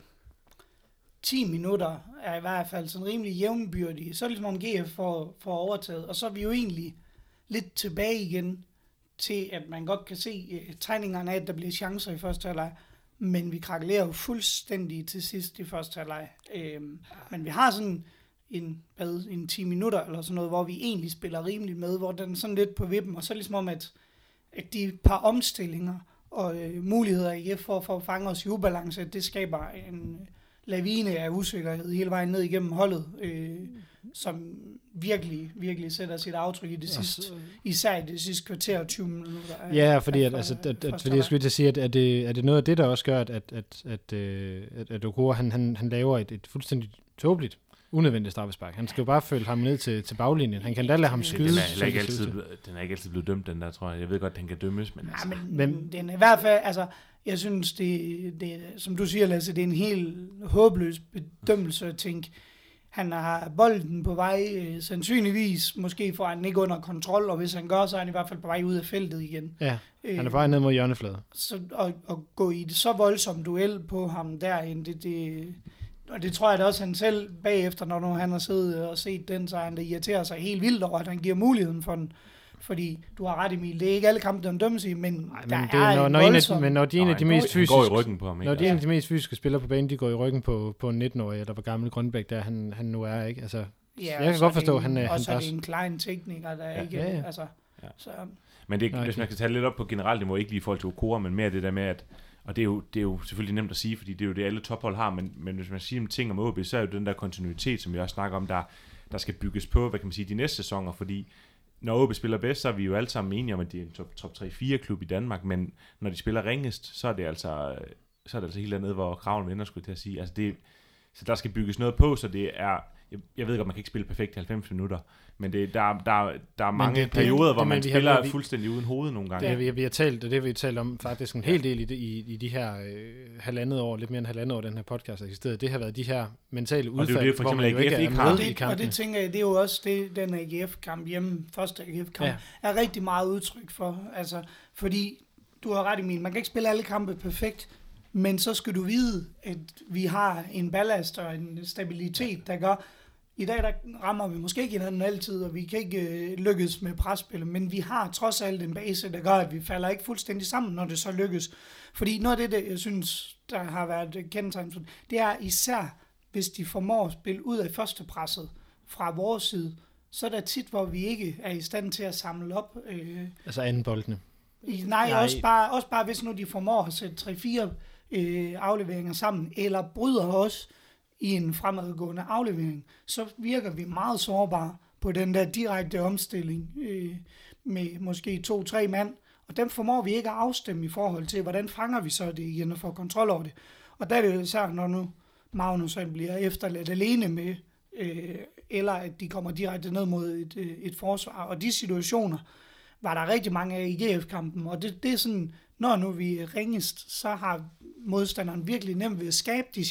ti minutter er i hvert fald sådan rimelig jævnbyrdige. Så er det ligesom om G F får, får overtaget, og så er vi jo egentlig lidt tilbage igen til, at man godt kan se uh, tegningerne af, at der bliver chancer i første halvleg, men vi krakelerer jo fuldstændig til sidst i første halvleg. Uh, men vi har sådan en, hvad, en ti minutter eller sådan noget, hvor vi egentlig spiller rimeligt med, hvor den er sådan lidt på vippen, og så er det ligesom om, at, at de par omstillinger og øh, muligheder i F for, for at fange os i ubalance, det skaber en lavine af usikkerhed hele vejen ned igennem holdet, øh, som virkelig, virkelig sætter sit aftryk i det sidste, især i det sidste kvarter og tyve minutter. Af, ja, fordi, at, altså, at, at, fordi jeg skulle til at sige, at, at, det, er det noget af det, der også gør, at, at, at, at, at, at Okora, han, han, han laver et, et fuldstændig tåbeligt unødvendigt straffespark. Han skal jo bare følge ham ned til, til baglinjen. Han kan da lade ham skyde. Den er, ikke altid, den er ikke altid blevet dømt, den der, tror jeg. Jeg ved godt, den kan dømmes, men... Ja, altså. men, men den er i hvert fald... Altså, jeg synes, det, det som du siger, Lasse, det er en helt håbløs bedømmelse at tænke. Han har bolden på vej, sandsynligvis. Måske får han ikke under kontrol, og hvis han gør, så er han i hvert fald på vej ud af feltet igen. Ja, han er på vej ned mod hjørnefladen. Så at, at gå i det så voldsomt duel på ham derinde, det... det og det tror jeg da også, han selv bagefter, når nu han har siddet og set den, så han det irriterer sig helt vildt over, at han giver muligheden for den. Fordi du har ret, Emil, det er ikke alle kampe, der dømmes i, men nej, men der det, er når, en når voldsom... af, Men når de er en af de mest fysiske... går i ryggen på ham, ikke? Når de er en af de mest fysiske spillere på banen, de går i ryggen på, på en nitten-årig, eller hvor gammel Grønbæk, der han, han nu er, ikke? Altså, ja, jeg kan godt forstå, at han... Og han så er det en klein tekniker, der ja. ikke... Ja, ja. Altså, ja. Så, men det, nej, hvis man kan tage lidt op på generelt niveau, ikke lige i forhold til Okora, men mere det der med, at og det er, jo, det er jo selvfølgelig nemt at sige, fordi det er jo det, alle tophold har, men, men hvis man siger om ting om O B, så er jo den der kontinuitet, som vi også snakker om, der, der skal bygges på, hvad kan man sige, de næste sæsoner, fordi når O B spiller bedst, så er vi jo alle sammen enige om, at det er en top, top tre fire klub i Danmark, men når de spiller ringest, så er det altså, så er det altså helt andet, hvor kraven vender, skulle jeg til at sige. Altså det, så der skal bygges noget på, så det er, jeg, jeg ved godt, man kan ikke spille perfekt i halvfems minutter, men det, der, der, der er mange det, perioder, det, hvor man spiller har, vi, fuldstændig uden hoved nogle gange. Det, vi, vi har talt, og det har vi talt om faktisk en hel del i, i, i de her øh, halvandet år, lidt mere end halvandet år, den her podcast har eksisteret. Det har været de her mentale udfald, det det, for eksempel, hvor man jo ikke er med det, i kampen. Og det tænker jeg, det er jo også det, den A G F-kamp hjemme, første A G F-kamp, ja. er rigtig meget udtryk for. Altså, fordi du har ret, Emil, man kan ikke spille alle kampe perfekt, men så skal du vide, at vi har en ballast og en stabilitet, der gør, i dag der rammer vi måske ikke hinanden altid, og vi kan ikke øh, lykkes med presspil, men vi har trods alt en base, der gør, at vi falder ikke fuldstændig sammen, når det så lykkes. Fordi noget af det, jeg synes, der har været kendetegn for, det er især, hvis de formår at spille ud af førstepresset fra vores side, så er der tit, hvor vi ikke er i stand til at samle op. Øh, altså anden boldene. I, nej, nej. Også, bare, også bare hvis nu de formår at sætte tre fire øh, afleveringer sammen, eller bryder os i en fremadgående aflevering, så virker vi meget sårbare på den der direkte omstilling øh, med måske to-tre mand, og dem formår vi ikke at afstemme i forhold til, hvordan fanger vi så det igen og får kontrol over det. Og der er det jo især, når nu Magnus bliver efterladt alene med, øh, eller at de kommer direkte ned mod et, et forsvar, og de situationer var der rigtig mange af i G F-kampen, og det, det er sådan, når nu vi er ringest, så har modstanderen virkelig nemt ved at skabe de,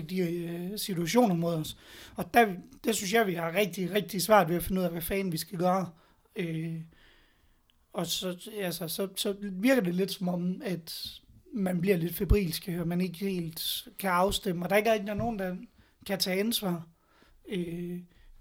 de uh, situationer mod os. Og der, der synes jeg, vi har rigtig, rigtig svært ved at finde ud af, hvad fanden vi skal gøre. Øh, og så, altså, så, så virker det lidt som om, at man bliver lidt febrilsk, og man ikke helt kan afstemme, og der ikke er nogen, der kan tage ansvar. Øh,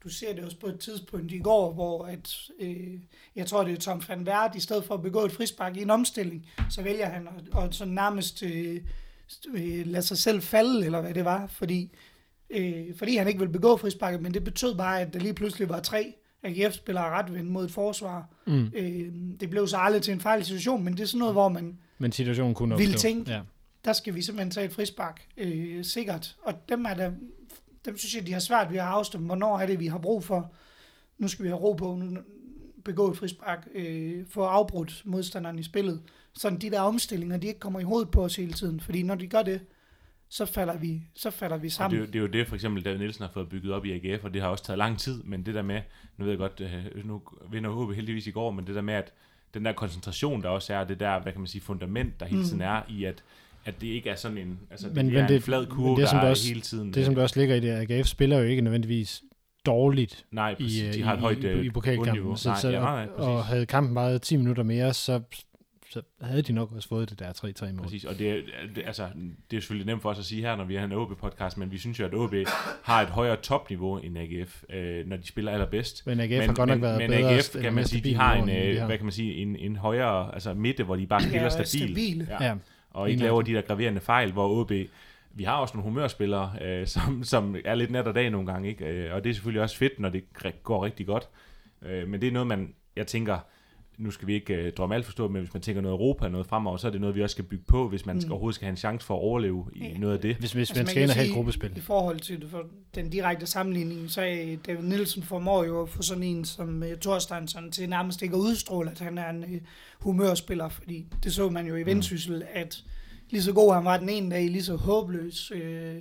du ser det også på et tidspunkt i går, hvor at, øh, jeg tror, det er Tom van Wert, i stedet for at begå et frispark i en omstilling, så vælger han at, at sådan nærmest øh, øh, lade sig selv falde, eller hvad det var, fordi, øh, fordi han ikke ville begå frisparket, men det betød bare, at der lige pludselig var tre A G F-spillere retvendt mod et forsvar. Mm. Øh, det blev så aldrig til en fejl situation, men det er sådan noget, hvor man men situationen kunne ville tænke, ja. Der skal vi simpelthen tage et frispark, øh, sikkert. Og dem er der, dem synes jeg, de har svært ved at afstemme, hvornår er det, vi har brug for. Nu skal vi have ro på, nu begå et frispark, øh, få afbrudt modstanderen i spillet. Sådan de der omstillinger, de ikke kommer i hovedet på os hele tiden. Fordi når de gør det, så falder vi, så falder vi sammen. Det er, det er jo det, for eksempel David Nielsen har fået bygget op i A G F, og det har også taget lang tid, men det der med, nu ved jeg godt, nu vinder H B heldigvis i går, men det der med, at den der koncentration, der også er, det der, hvad kan man sige, fundament, der hele tiden er i, at at det ikke er sådan en, altså men, det men er det, en flad kurve, det, der er også, hele tiden. Det, som der også ligger i det, A G F spiller jo ikke nødvendigvis dårligt. Nej, i, de har et højt i, i, i pokalkampen. Så, nej, så, ja, nej, nej, og havde kampen bare ti minutter mere, så, så havde de nok også fået det der tre tre mål. Præcis, og det er, det, altså, det er selvfølgelig nemt for os at sige her, når vi har en O B-podcast, men vi synes jo, at O B har et højere topniveau end A G F, øh, når de spiller allerbedst. Men A G F men, har godt nok været men, bedre. Men A G F, kan man sige, de har en, øh, har. hvad kan man sige, en, en højere altså midte, hvor de bare spiller ja, stabil. stabil. Ja. Ja. Og ikke laver de der graverende fejl, hvor O B, vi har også nogle humørspillere, øh, som, som er lidt nat og dag nogle gange, ikke? Øh, og det er selvfølgelig også fedt, når det går rigtig godt. Øh, men det er noget, man, jeg tænker, nu skal vi ikke øh, drømme alt for stort, men hvis man tænker noget Europa, noget fremover, så er det noget, vi også skal bygge på, hvis man skal, mm. overhovedet skal have en chance for at overleve i ja. noget af det. Hvis, hvis altså, man skal ind og have et gruppespil. I forhold til for den direkte sammenligning, så er David Nielsen formår jo at få sådan en som uh, Thorsteinsson til nærmest ikke at udstråle, at han er en uh, humørspiller, fordi det så man jo i Vendsyssel, mm. at lige så god han var den ene dag, lige så håbløs øh,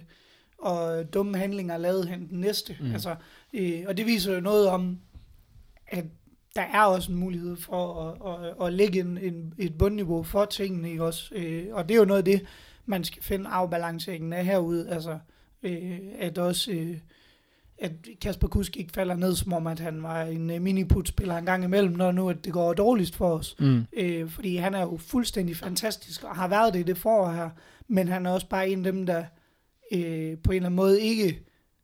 og dumme handlinger lavede han den næste. Mm. Altså, øh, og det viser jo noget om, at der er også en mulighed for at, at, at lægge en, en, et bundniveau for tingene, ikke også? Øh, og det er jo noget af det, man skal finde afbalanceringen af herude. Altså, øh, at også øh, at Kasper Kusk ikke falder ned, som om at han var en uh, miniput-spiller en gang imellem, når nu at det går dårligst for os. Mm. Øh, fordi han er jo fuldstændig fantastisk, og har været det i det forår her, men han er også bare en af dem, der øh, på en eller anden måde ikke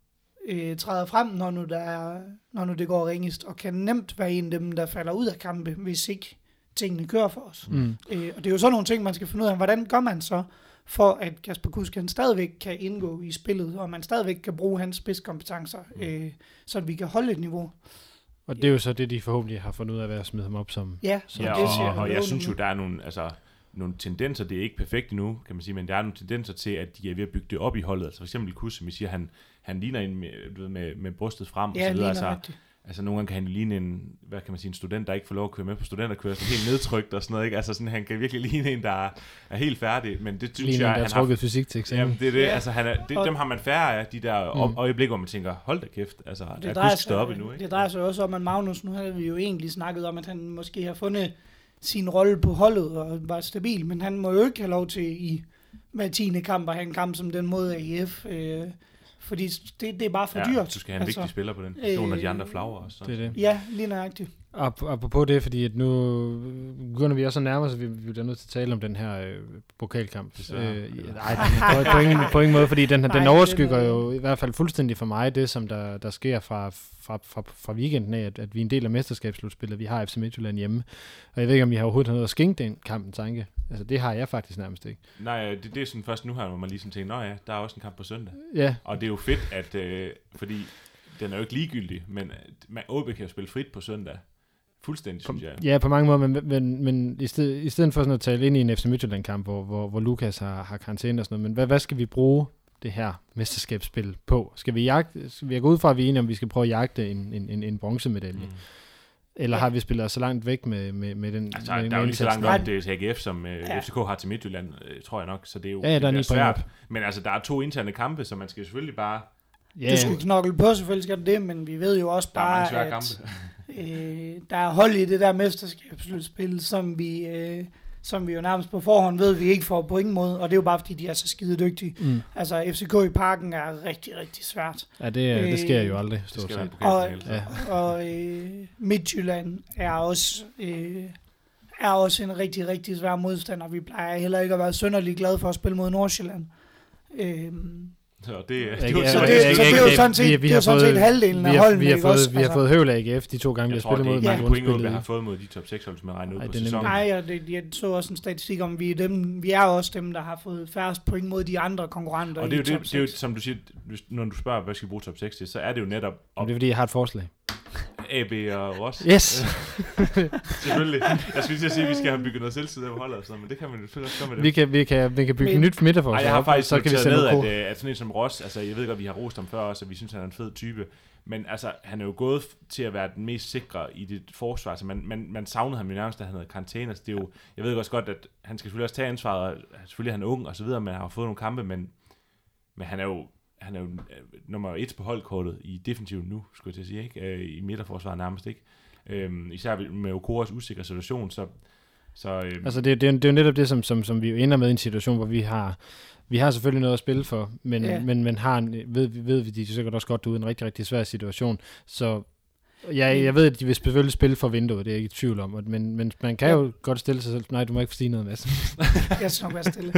øh, træder frem, når nu, der er, når nu det går ringest, og kan nemt være en af dem, der falder ud af kampe, hvis ikke tingene kører for os. Mm. Øh, og det er jo sådan nogle ting, man skal finde ud af, hvordan gør man så, for at Kasper Kusk han stadigvæk kan indgå i spillet, og man stadigvæk kan bruge hans spidskompetencer, mm. øh, så vi kan holde et niveau. Og det er jo så det, de forhåbentlig har fundet ud af, ved at smide ham op som... Ja, som ja og, og, og jeg synes jo, der er nogle, altså, nogle tendenser, det er ikke perfekt endnu, kan man sige, men der er nogle tendenser til, at de er ved at bygge det op i holdet. Altså for eksempel Kusk, som I siger, han, han ligner en med, du ved, med, med brystet frem, ja, og så videre. Altså, rigtigt. Altså nogle gange kan han ligne en, hvad kan man sige, en student, der ikke får lov at køre med på studenterkørsel, helt nedtrykt og sådan noget, ikke? Altså sådan, han kan virkelig ligne en, der er, er helt færdig, men det synes Ligne jeg, en, der han har trukket fysik til eksamen. Jamen, det er det, ja. altså han er, det, dem har man færre af, de der mm. øjeblikke, hvor man tænker, hold da kæft, altså det er Kusk stoppe nu, ikke? Det drejer sig også om, at Magnus, nu havde vi jo egentlig snakket om, at han måske har fundet sin rolle på holdet og var stabil, men han må jo ikke have lov til i hver tiende kamp at have en kamp som den mod A I F, øh, fordi det, det er bare for ja, dyrt. du skal have en altså, vigtig spiller på den position, øh, og de andre flagrer også. Det er det. Ja, lige nøjagtigt. Apropos det, fordi at nu begynder vi også at nærme os, at vi, vi bliver nødt til at tale om den her øh, pokalkamp. Øh, nej, på, på, ingen, på ingen måde, fordi den, nej, den overskygger jo i hvert fald fuldstændig for mig det, som der, der sker fra, fra, fra, fra weekenden af, at, at vi er en del af mesterskabsslutspillet. Vi har F C Midtjylland hjemme. Og jeg ved ikke, om I har overhovedet noget at skænke den kampen, tanke. Altså, det har jeg faktisk nærmest ikke. Nej, det, det er sådan først nu her, hvor man ligesom tænker, nå ja, der er også en kamp på søndag. Ja. Og det er jo fedt, at, øh, fordi den er jo ikke ligegyldig, men man, O B kan jo spille frit på søndag. Fuldstændig, synes jeg. Ja, på mange måder, men, men, men i, sted, i stedet for sådan at tale ind i en F C Midtjylland-kamp, hvor, hvor, hvor Lukas har, har karantæne og sådan noget, men hvad, hvad skal vi bruge det her mesterskabsspil på? Skal vi jagte, skal vi gå ud fra, at vi er enige om, vi skal prøve at jagte en, en, en, en bronzemedalje? Mm. Eller ja. har vi spillet os så langt væk med, med, med den... Altså, med, der er jo lige så langt op, det er til A G F, som uh, ja. F C K har til Midtjylland, uh, tror jeg nok, så det er jo ja, der er svært. Men altså, der er to interne kampe, så man skal selvfølgelig bare... Ja. Du skal knokle på, selvfølgelig skal det, men vi ved jo også bare, der at øh, der er hold i det der mesterskabsslutspil, som vi... Øh, som vi jo nærmest på forhånd ved, vi ikke får på ingen måde, og det er jo bare, fordi de er så skide dygtige. Mm. Altså, F C K i Parken er rigtig, rigtig svært. Ja, det, øh, det sker jo aldrig, stort set. Og, ja. og øh, Midtjylland er også, øh, er også en rigtig, rigtig svær modstander. Vi plejer heller ikke at være synderligt glade for at spille mod Nordsjælland. Øh, Så det, det, det, det, så det, så det er jo sådan set, vi, vi det er sådan set halvdelen af holdene. Vi har fået, også, vi har fået høvl af A G F de to gange, vi har spillet mod. Jeg tror, det er point, vi har fået mod de top seks hold, som er regnet ud på sæsonen. Nej, jeg, det, jeg så også en statistik om, vi er, dem, vi er også dem, der har fået færrest point mod de andre konkurrenter og det er i jo top det, det er jo, som du siger, når du spørger, hvad skal vi bruge top seks til, så er det jo netop... Op. Det er fordi, jeg har et forslag. A B og Ross. Yes! Selvfølgelig. Jeg skulle lige sige, at vi skal have bygget noget selvtid af holdet, men det kan man jo selvfølgelig også gøre med det. Vi kan, vi kan, vi kan bygge men, nyt midterforsvar. Nej, jeg har faktisk så kan vi ned, at, at sådan en som Ross, altså jeg ved godt, vi har rost ham før også, og vi synes, han er en fed type, men altså, han er jo gået til at være den mest sikre i det forsvar, så man, man, man savnede ham jo nærmest, da han havde karantæne, så det er jo, jeg ved også godt, at han skal selvfølgelig også tage ansvaret, og selvfølgelig er han ung og så videre, men han har fået nogle kampe, men, men han er jo han er jo nummer et på holdkortet i defensiven nu, skulle jeg til at sige, ikke? I midterforsvaret nærmest, ikke? Øhm, især med Okoras usikre situation, så... så øhm. Altså, det, det, er, det er jo netop det, som, som, som vi ender med i en situation, hvor vi har... Vi har selvfølgelig noget at spille for, men, ja. men, men har en, ved, ved vi, de er sikkert også godt ude i en rigtig, rigtig svær situation, så... Ja, jeg ved, at de vil selvfølgelig spille for vinduet, det er jeg ikke i tvivl om, men, men man kan ja. jo godt stille sig selv. Nej, du må ikke sige noget, Mads. Jeg skal nok være stille.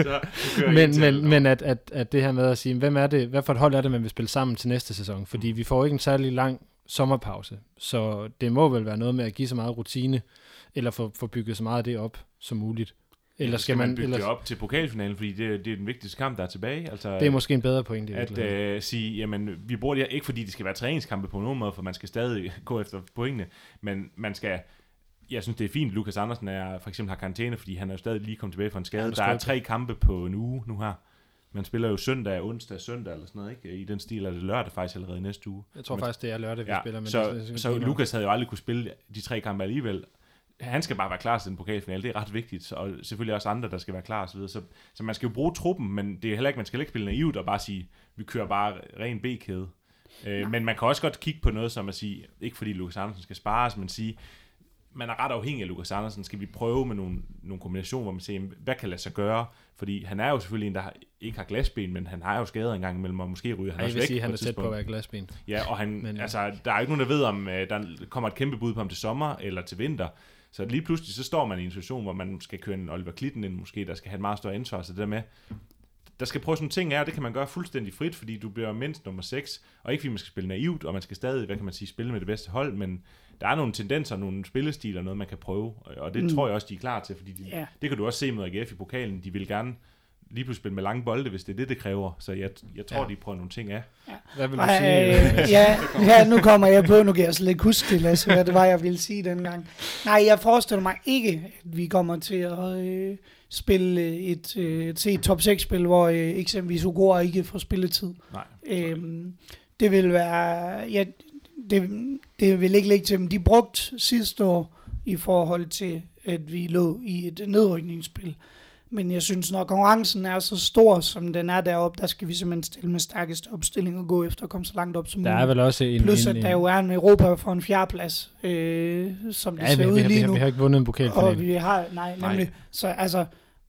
men men, men at, at, at det her med at sige, hvem er det, hvad for et hold er det, man vil spille sammen til næste sæson? Fordi vi får ikke en særlig lang sommerpause, så det må vel være noget med at give så meget rutine, eller få, få bygget så meget af det op som muligt. Eller skal, skal man bygge det op til pokalfinalen, fordi det, det er den vigtigste kamp, der er tilbage. Altså, det er måske en bedre pointe. At øh, sige, jamen, vi bruger det her, ikke fordi det skal være træningskampe på nogen måde, for man skal stadig gå efter pointene, men man skal, jeg synes det er fint, Lukas Andersen er, for eksempel har karantæne, fordi han er jo stadig lige kommet tilbage fra en skade. Ja, der er tre kampe på en uge nu her. Man spiller jo søndag, onsdag, søndag eller sådan noget, ikke? I den stil er det lørdag faktisk allerede i næste uge. Jeg tror men, faktisk, det er lørdag, vi ja, spiller. Men så det, det, det, så Lukas havde jo aldrig kunne spille de tre kampe alligevel. Han skal bare være klar til den pokalfinale, det er ret vigtigt, og selvfølgelig også andre, der skal være klar og så videre. Så, så man skal jo bruge truppen, men det er heller ikke, man skal ikke spille naivt og bare sige, vi kører bare ren B-kæde. Øh, men man kan også godt kigge på noget som at sige, ikke fordi Lukas Andersen skal spares, men sige, man er ret afhængig af Lukas Andersen, skal vi prøve med nogle, nogle kombinationer, hvor man siger, hvad kan lade sig gøre? Fordi han er jo selvfølgelig en, der har, ikke har glasben, men han har jo skader en gang imellem, og måske ryger han Ej, også væk. Jeg vil sige, han er tæt på at være glasben. Ja, og han, men, ja. altså, der er ikke nogen, der ved, om der kommer et kæmpe bud på ham til sommer eller til vinter. Så lige pludselig, så står man i en situation, hvor man skal køre en Oliver Klitten ind, måske, der skal have et meget større ansvar. Så det der med, der skal prøve sådan ting af, det kan man gøre fuldstændig frit, fordi du bliver mindst nummer seks, og ikke fordi man skal spille naivt, og man skal stadig, hvad kan man sige, spille med det bedste hold, men der er nogle tendenser, nogle spillestiler, noget man kan prøve, og det mm. tror jeg også, de er klar til, fordi de, yeah. det kan du også se med A G F i pokalen, de vil gerne lige pludselig spille med lange bolde, hvis det er det, det kræver. Så jeg, jeg tror, ja. de prøver nogle ting af. Ja. Hvad vil du Ej, sige? ja, ja, nu kommer jeg på, nu kan jeg slet ikke huske det, Lasse, hvad det var, jeg ville sige dengang. Nej, jeg forestiller mig ikke, at vi kommer til at øh, spille et, øh, et top seks-spil, hvor øh, eksempelvis Ogora ikke får spilletid. Nej. Øhm, det vil være... Ja, det, det vil ikke ligge til dem. De brugt sidste år i forhold til, at vi lå i et nedrykningsspil. Men jeg synes, når konkurrencen er så stor, som den er deroppe, der skal vi simpelthen stille med stærkeste opstilling og gå efter at komme så langt op som muligt. Der er vel også en... Plus, en, at der jo er en Europa for en fjerdeplads, øh, som det ja, ser vi, ud vi, lige vi, nu. Vi har ikke vundet en pokalfinale. Og vi har... Nej, nemlig. Nej. Så altså...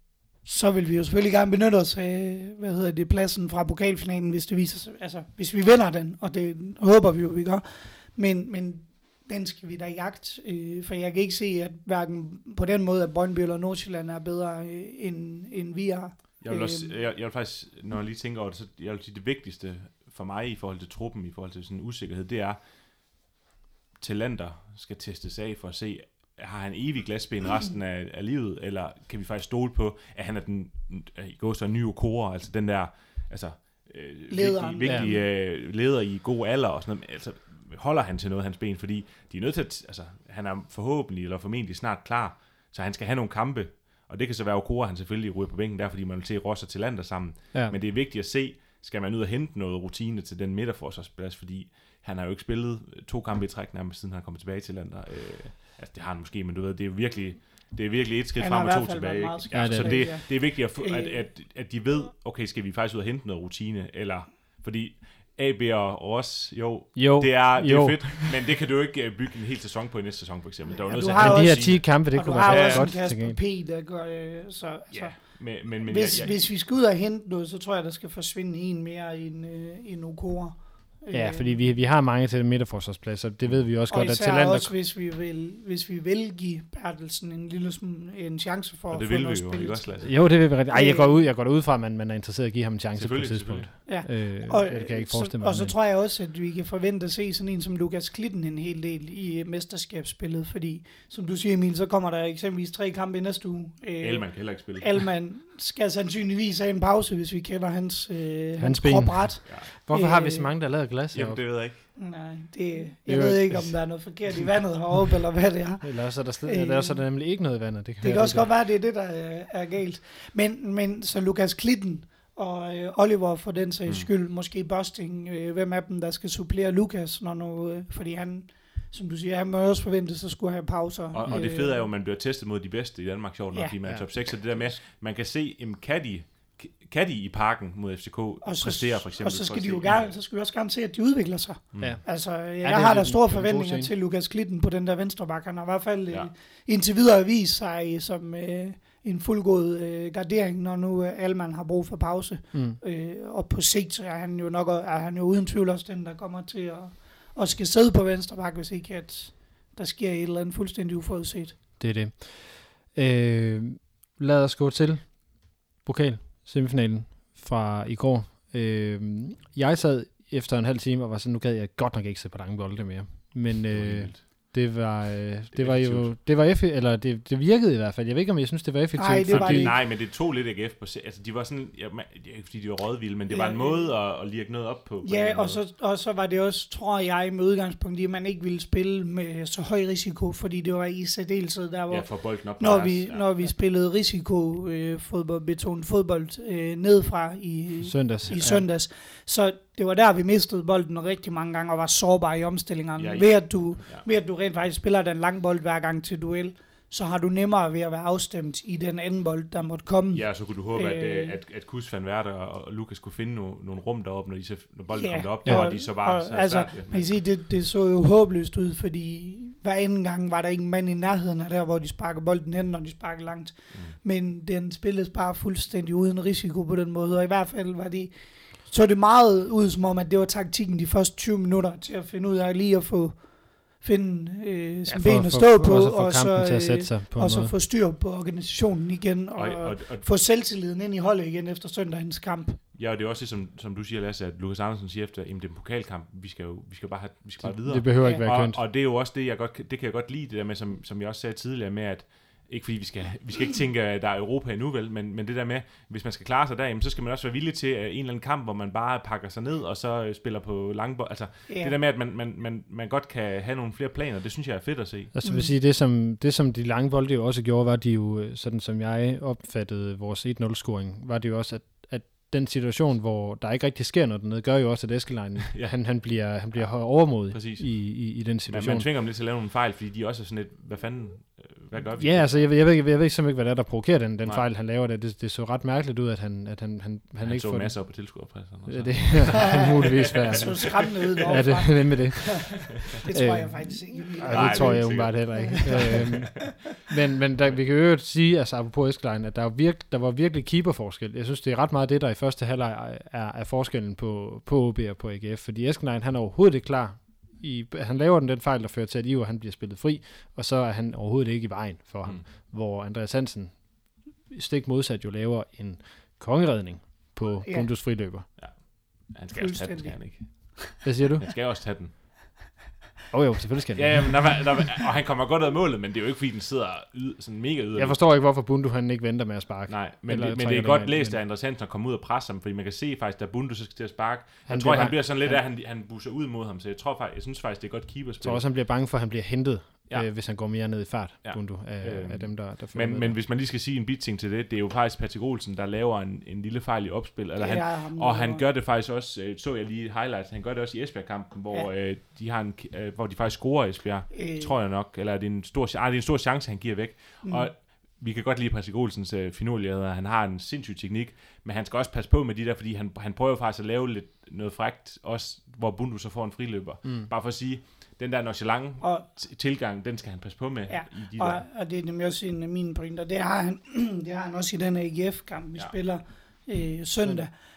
Så vil vi jo selvfølgelig gerne benytte os af, hvad hedder det, pladsen fra pokalfinalen, hvis det viser sig, altså hvis vi vinder den, og det håber vi jo, vi gør. Men, men den skal vi da i jagt, øh, for jeg kan ikke se, at hverken på den måde, at Brøndby eller Nordsjælland er bedre, øh, end, end vi er. Jeg vil, også, jeg, jeg vil faktisk, når jeg lige tænker over det, så jeg vil sige, det vigtigste for mig i forhold til truppen, i forhold til sådan en usikkerhed, det er, talenter skal testes af for at se, har han evig glasben resten af, af livet, eller kan vi faktisk stole på, at han er den, i går så en ny Okora, altså den der, altså, øh, vigtige, vigtige ja. øh, leder i god alder, og sådan noget, altså, holder han til noget af hans ben, fordi de er nødt til at, altså, han er forhåbentlig, eller formentlig snart klar, så han skal have nogle kampe, og det kan så være Okora, han selvfølgelig ryger på bænken der, fordi man vil se Ross og Tillander sammen, ja. Men det er vigtigt at se, skal man ud og hente noget rutine til den midterforsvarsplads, fordi han har jo ikke spillet to kampe i træk nærmest, siden han kom tilbage til Tillander, øh, altså det har han måske, men du ved, det er virkelig, det er virkelig et skridt frem og to tilbage. Ja, så det, det er vigtigt, at, at, at, at de ved, okay, skal vi faktisk ud og hente noget rutine, eller, fordi A B og Ross, jo, jo, det er, det er fedt, men det kan du ikke bygge en hel sæson på i næste sæson, for eksempel. Der er ja, noget, så men de her ti kampe, det kunne være godt. Kasper P, der gør, øh, så, ja, så men, men, men, hvis, jeg, jeg, hvis vi skal ud og hente noget, så tror jeg, der skal forsvinde en mere end, øh, end Okora. Ja, fordi vi, vi har mange til midterforsvarsplads, og det ved vi også og godt, at talenter... talenter... også, hvis vi, vil, hvis vi vil give Bertelsen en lille en chance for og at få noget spil. Og det vil vi jo også, Lasse. Jo, det vil vi rigtig. Ej, jeg går ud, jeg går ud fra, at man, man er interesseret i at give ham en chance på et tidspunkt. Ja. Øh, og, det kan jeg ikke forestille så, mig. Og så tror jeg også, at vi kan forvente at se sådan en som Lukas Klitten en hel del i mesterskabsspillet, fordi, som du siger, Emil, så kommer der eksempelvis tre kampe i næste uge. Elman kan heller ikke spille. Elman skal sandsynligvis have en pause, hvis vi kender hans, øh, hans, hans krop ret. Ja. Hvorfor har vi så mange, der har lavet glas heroppe? Jamen, det ved jeg ikke. Nej, det, jeg ved ikke, om der er noget forkert i vandet heroppe, eller hvad det er. Eller også er der, slet, eller også er der nemlig ikke noget i vandet. Det kan, det kan også godt være, at det er det, der er, er galt. Men, men så Lukas Klitten og øh, Oliver for den sags mm. skyld, måske Busting, øh, hvem af dem, der skal supplere Lukas, når nu, øh, fordi han, som du siger, han må også forvente, så skulle have pauser. Og, og det fede er jo, at man bliver testet mod de bedste i Danmark, sjovt nok, ja. fordi man er top seks, så det der med, man kan se, en kan de kan de i parken mod F C K præstere for eksempel. Og så skal de jo gerne, så skal vi også gerne se, at de udvikler sig. Mm. Altså, jeg ja, har da store forventninger til Lukas Klitten på den der venstre bakke. Han har i hvert fald ja. indtil videre vist sig som øh, en fuldgod øh, gardering, når nu øh, Alman har brug for pause. Mm. Øh, og på sigt så er han jo nok er han jo uden tvivl også den, der kommer til at, at skal sidde på venstre bakke, hvis ikke at der sker et eller andet fuldstændig uforudset. Det er det. Øh, lad os gå til pokal. Semifinalen fra i går. Øh, jeg sad efter en halv time og var sådan, nu gad jeg godt nok ikke se på lange bolde mere. Men øh, det var øh, det, det var jo det var F, eller det, det virkede i hvert fald. Jeg ved ikke om jeg synes det var effektivt. Nej, det var fordi, det nej, men det tog lidt A G F på. Altså de var sådan, ja, man, ikke fordi de var rådvilde, men det ja, var en måde at, at lirke noget op på. på ja, og så og så var det også, tror jeg, med udgangspunkt i, at man ikke ville spille med så høj risiko, fordi det var i særdeleshed der hvor ja, for bolden op når vi ja, når vi spillede risiko øh, fodbold betonet fodbold øh, nedfra i søndags. I søndags. Ja. Så det var der, vi mistede bolden rigtig mange gange og var sårbare i omstillingerne. Ja, ja. Ved, at du, ja. ved at du rent faktisk spiller den lange bold hver gang til duel, så har du nemmere ved at være afstemt i den anden bold, der måtte komme. Ja, så kunne du håbe, øh, at, at, at Kus van Werder og Lukas kunne finde no, nogle rum deroppe, når, de så, når bolden ja, kom derop, der og, de så bare... Og, så altså, start, man kan sige, det, det så jo håbløst ud, fordi hver anden gang var der ikke en mand i nærheden af der, hvor de sparker bolden hen, når de sparker langt. Mm. Men den spilles bare fuldstændig uden risiko på den måde, og i hvert fald var det... Så det meget ud som om, at det var taktikken de første tyve minutter til at finde ud af lige at få finde øh, sin ja, ben at stå for, på, og så, øh, på og så få styr på organisationen igen, og, og, og, og få selvtilliden ind i holdet igen efter søndagens kamp. Ja, og det er også det, som, som du siger, Lasse, at Lukas Andersen siger efter, at det er en pokalkamp, vi skal jo vi skal bare have, vi skal bare videre. Det behøver ikke ja. være kønt. Og, og det er jo også det, jeg godt, det kan jeg godt lide, det der med, som, som jeg også sagde tidligere med, at ikke fordi vi skal, vi skal ikke tænke, at der er Europa endnu, vel, men, men det der med, hvis man skal klare sig der, jamen, så skal man også være villig til en eller anden kamp, hvor man bare pakker sig ned, og så spiller på langbold. Altså, yeah. det der med, at man, man, man, man godt kan have nogle flere planer, det synes jeg er fedt at se. Altså, vil sige, det som, det som de lange bolde jo også gjorde, var de jo, sådan som jeg opfattede vores et nul-scoring, var det jo også, at den situation, hvor der ikke rigtig sker noget dernede, gør jo også, at Eskelinen, ja. han, han bliver, han bliver overmodig i, i, i den situation. Men man tvinger dem lidt til at lave nogle fejl, fordi de også er sådan lidt, hvad fanden, hvad gør vi? Ja, altså, jeg, jeg, ved, jeg ved ikke simpelthen ikke, hvad det er, der provokerer den, den fejl, han laver. Det, det, det så ret mærkeligt ud, at han, at han, han, han, han ikke så får masser på tilskuerpressen. Ja, det kan muligvis være. Det så skræmmende ud derovre. Ja, det er med det. Det tror jeg faktisk ikke. Ja, det tror jeg umiddelbart heller ikke. øhm, men men der, vi kan jo sige, altså apropos Eskelinen, at der var, virke, der var virkelig keeperforskel. Jeg synes, det er ret meget det, der i første halvleg er, er forskellen på, på O B og på A G F. Fordi Eskelinen, han er overhovedet ikke klar. I, han laver den den fejl, der fører til, at Iver han bliver spillet fri, og så er han overhovedet ikke i vejen for ham. Mm. Hvor Andreas Hansen stik modsat jo laver en kongeredning på ja. Bundus friløber. Ja. Han skal også tage den, skal han ikke? Hvad siger du? Han skal også tage den. Åh oh, jo, selvfølgelig skal han. Ja, men der, der, og han kommer godt ud af målet, men det er jo ikke, fordi den sidder yd, sådan mega yderlig. Jeg forstår ikke, hvorfor Bundu han ikke venter med at sparke. Nej, men, men det er godt læst af Andreas Hansen at komme ud og presse ham, fordi man kan se faktisk, da Bundu så skal til at sparke, han jeg tror, han bliver sådan lidt af, at han, han busser ud mod ham, så jeg tror faktisk, jeg synes faktisk, det er godt keeperspil. Jeg tror også, han bliver bange for, at han bliver hentet, ja. øh, hvis han går mere ned i fart, ja. Bundu, af, øh, af dem, der, der men, men hvis man lige skal sige en bit ting til det, det er jo faktisk Patrick Olsen, der laver en, en lille fejl i opspil, eller han, ja, ham, og han gør det faktisk også, så jeg lige highlights, han gør det også i Esbjerg-kampen, hvor, ja. øh, de har en, øh, hvor de faktisk scorer Esbjerg, øh. tror jeg nok, eller er det en stor, ah, det er en stor chance, han giver væk, mm. og vi kan godt lide Patrick Olsens øh, finurligheder, han har en sindssyg teknik, men han skal også passe på med de der, fordi han, han prøver faktisk at lave lidt noget frækt, også hvor Bundu så får en friløber, mm. bare for at sige, den der nonchalante tilgang, den skal han passe på med. Ja, i de og, der. og det er nemlig også en af mine pointer. Det har han, det har han også i den A G F-kamp, vi ja. spiller øh, søndag.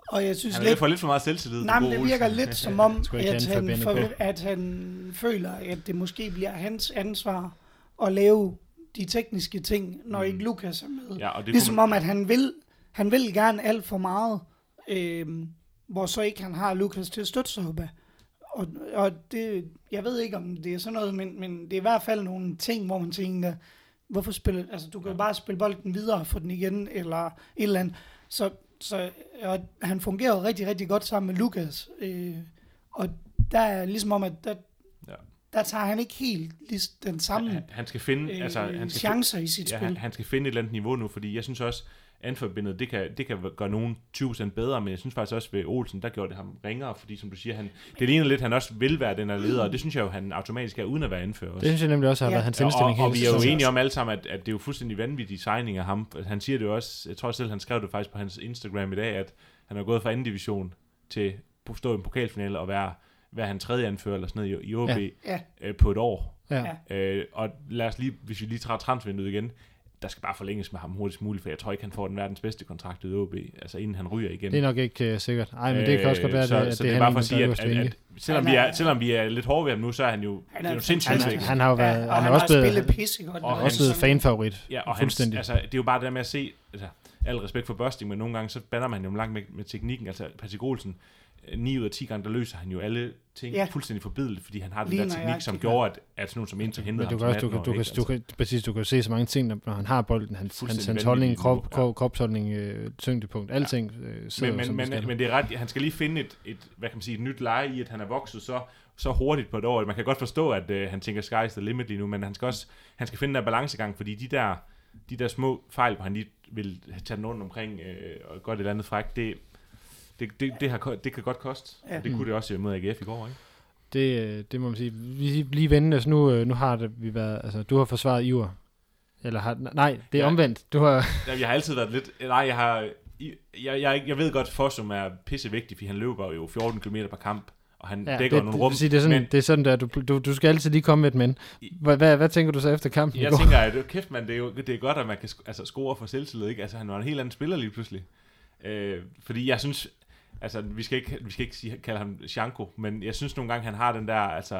Og jeg synes han lidt, får lidt for meget selvtillid. Nej, men det virker lidt som om, at han, for, på. at han føler, at det måske bliver hans ansvar at lave de tekniske ting, når mm. ikke Lukas er med. Ja, og det ligesom man... om, at han vil, han vil gerne alt for meget, øh, hvor så ikke han har Lukas til at støtte sig op af. Og, og det, jeg ved ikke, om det er sådan noget, men, men det er i hvert fald nogle ting, hvor man tænker, hvorfor spille, altså du kan jo bare spille bolden videre og få den igen, eller et eller andet. Så, så og han fungerer rigtig, rigtig godt sammen med Lukas. Øh, og der er ligesom om, at der, ja. der tager han ikke helt den samme han, han skal finde, øh, altså, han skal chancer i sit ja, spil. Han, han skal finde et eller andet niveau nu, fordi jeg synes også, anførbindet, det kan, det kan gøre nogen tyve procent bedre, men jeg synes faktisk også ved Olsen, der gjorde det ham ringere, fordi som du siger, han, det ligner lidt, han også vil være den her leder, og det synes jeg jo, han automatisk er, uden at være anfører også. Det synes jeg nemlig også har ja. været hans indstilling. Ja, og, og vi er jo enige om alle sammen, at, at det er jo fuldstændig vanvittig signing af ham. Han siger det jo også, jeg tror selv, han skrev det faktisk på hans Instagram i dag, at han er gået fra anden division til at stå i en pokalfinale og være, være han tredje anfører eller sådan noget i, i O B ja. øh, på et år. Ja. Øh, og lad os lige, hvis vi lige tager transfervinduet igen, der skal bare forlænges med ham hurtigst muligt, for jeg tror ikke, han får den verdens bedste kontrakt i O B, altså inden han ryger igen. Det er nok ikke uh, sikkert. Nej, men det kan også godt være, så, det, så det, det er bare for at sige, at, at, at selvom, vi er, selvom vi er lidt hårde ved ham nu, så er han jo, han er jo sindssygt. Han, han har jo været, ja, han, han er også blevet, spillet pissegodt. Og også blevet fanfavorit. Ja, og hans, altså, det er jo bare det der med at se, altså, al respekt for Bøsting, men nogle gange så bander man jo langt med, med teknikken, altså Patrick Olsen, ni ud af ti gange, der løser han jo alle ting ja. fuldstændig forbideligt, fordi han har den der teknik, som gjorde, at, at sådan nogen som Inter hentede ham som atten år. Du kan, du kan, præcis, du kan se så mange ting, når han har bolden, hans, hans, hans holdning, krop, ja. kropsholdning, øh, tyngdepunkt, alting ja. øh, sidder men, men, men, men det er ret, han skal lige finde et, et, hvad kan man sige, et nyt leje i, at han er vokset så, så hurtigt på et år. Man kan godt forstå, at øh, han tænker sky's the limit lige nu, men han skal også, han skal finde den der balancegang, fordi de der, de der små fejl, hvor han lige vil tage den rundt omkring øh, og gøre et eller andet fræk, det Det, det, det, har, det kan godt koste, ja. og det kunne det også mod A G F i går, ikke? Det, det må man sige. Vi lige vende os nu. Nu har det, vi været, altså du har forsvaret Iver. Eller har, nej, det er ja. omvendt. Du har. Ja, jeg har altid været lidt. Nej, jeg har. Jeg, jeg, jeg ved godt, Fossum er pissevigtig, fordi han løber jo fjorten kilometer per kamp, og han ja, dækker det, nogle rum. Det, det er sådan, men, det er sådan der. Du, du, du skal altid lige komme med et men. Hvad, hvad, hvad tænker du så efter kampen? Jeg tænker, at kæft man, det er jo det er godt, at man kan altså, score for selvtillid, ikke? Altså han var en helt anden spiller lige pludselig. Øh, fordi jeg synes. Altså, vi skal ikke, vi skal ikke sige, kalde ham Shanko, men jeg synes nogle gange, han har den der, altså,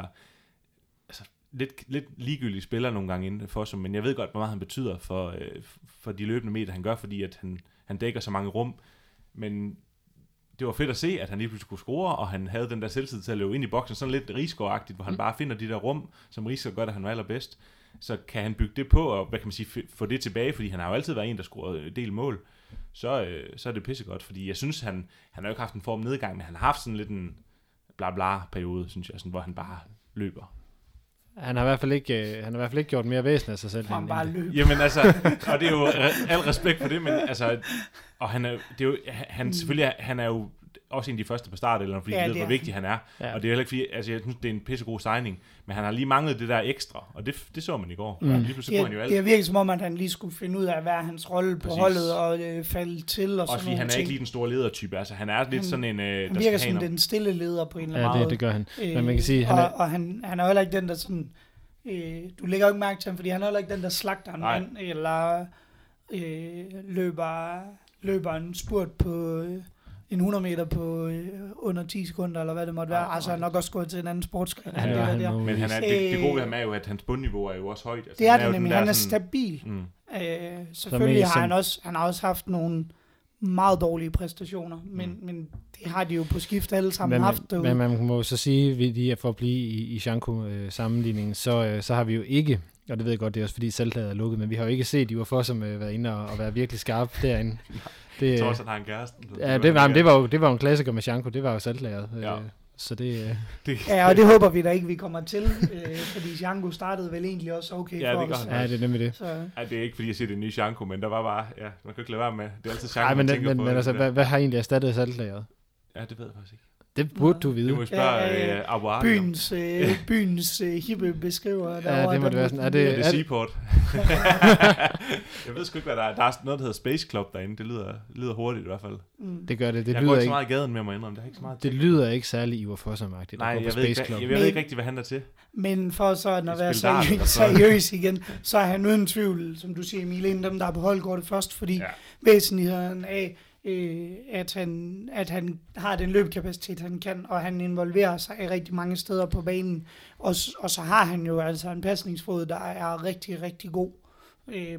altså lidt, lidt ligegyldige spiller nogle gange inden for sig, men jeg ved godt, hvor meget han betyder for, øh, for de løbende meter, han gør, fordi at han, han dækker så mange rum, men det var fedt at se, at han lige pludselig kunne score, og han havde den der selvtid til at løbe ind i boksen, sådan lidt Rigsgaard-agtigt, hvor han mm. bare finder de der rum, som Rigsgaard gør, at han var allerbedst, så kan han bygge det på, og hvad kan man sige, få det tilbage, fordi han har jo altid været en, der scorede del mål. Så, øh, så er det pissegodt, fordi jeg synes, han, han har jo ikke haft en form nedgang, men han har haft sådan lidt en bla-bla-periode, synes jeg, sådan, hvor han bare løber. Han har i hvert fald ikke, øh, han har i hvert fald ikke gjort mere væsen af sig selv. Han bare løber. Jamen altså, og det er jo al respekt for det, men altså, og han er, det er jo, han, selvfølgelig, han er jo også en af de første på start, eller fordi ja, de ved, hvor vigtig han er. Ja. Og det er heller ikke fordi, altså jeg synes, det er en pissegod signing, men han har lige manglet det der ekstra, og det, det så man i går. Mm. Lige det, han jo alt. Det er virkelig som om, at han lige skulle finde ud af, hvad er hans rolle på Præcis. holdet, og øh, falde til, og også fordi han er ting. ikke lige den store ledertype, altså han er lidt han, sådan en, øh, han virker som den stille leder på en eller anden måde. Ja, det, det gør han. Øh, men man kan sige, han og, er... og han, han er heller ikke den, der sådan, øh, du lægger jo ikke mærke til ham, fordi han er heller ikke den, der slagter en mand, eller øh, løber, løber en spurt på... Øh, en hundrede meter på øh, under ti sekunder, eller hvad det måtte være. Ja, altså, han nok også gået til en anden sportsgren. Ja, ja, han der. Men han er, det, det gode ved ham er jo, at hans bundniveau er jo også højt. Altså, det er det nemlig. Han er sådan, stabil. Mm. Øh, selvfølgelig har han også, han har også haft nogle meget dårlige præstationer, men, mm. men det har de jo på skift alle sammen men, haft. Men man må så sige, at lige for at blive i, i Shanko-sammenligningen, så, så har vi jo ikke, og det ved jeg godt, det er også fordi saltlaget er lukket, men vi har jo ikke set, de var for som øh, været inde og, og være virkelig skarpe derinde. Det, jeg tror også, han har en kæreste. Ja, det, det, var, det, var jo, det var jo en klassiker med Shanko, det var jo saltlageret. Ja. Øh, så det, det... Ja, og det håber vi da ikke, vi kommer til, øh, fordi Shanko startede vel egentlig også okay ja, for det os. Ja, det er nemlig det. Så. Ja, det er ikke, fordi jeg siger det nye Shanko, men der var bare, ja, man kan ikke lade være med, det er altid Shanko, Ej, men, man den, tænker men, på. Men altså, hvad, hvad har egentlig erstattet saltlageret? Ja, det ved jeg faktisk ikke. Det burde du vide. Det må jeg spørge ja, ja, uh, Abuari. Byens, øh, byens øh, hippe beskriver. Der ja, det må det være sådan. Er det, er det Seaport? Jeg ved sgu ikke, hvad der er. Der er noget, der hedder Space Club derinde. Det lyder, lyder hurtigt i hvert fald. Mm. Det gør det. Det jeg lyder går ikke så meget i gaden med mig indrømme. Det, er ikke så meget det lyder ikke særlig Ivar Fossum-agtigt. Nej, jeg ved, Space ikke, Club. jeg, jeg ved ikke rigtig, hvad han er til. Men for så at være seriøs, seriøs igen, så er han uden tvivl, som du siger Emil, en af dem, der er på holdkortet først, fordi ja. væsentligheden af øh, at, han, at han har den løbekapacitet, han kan, og han involverer sig i rigtig mange steder på banen. Og, og så har han jo altså en pasningsfod, der er rigtig, rigtig god. Øh,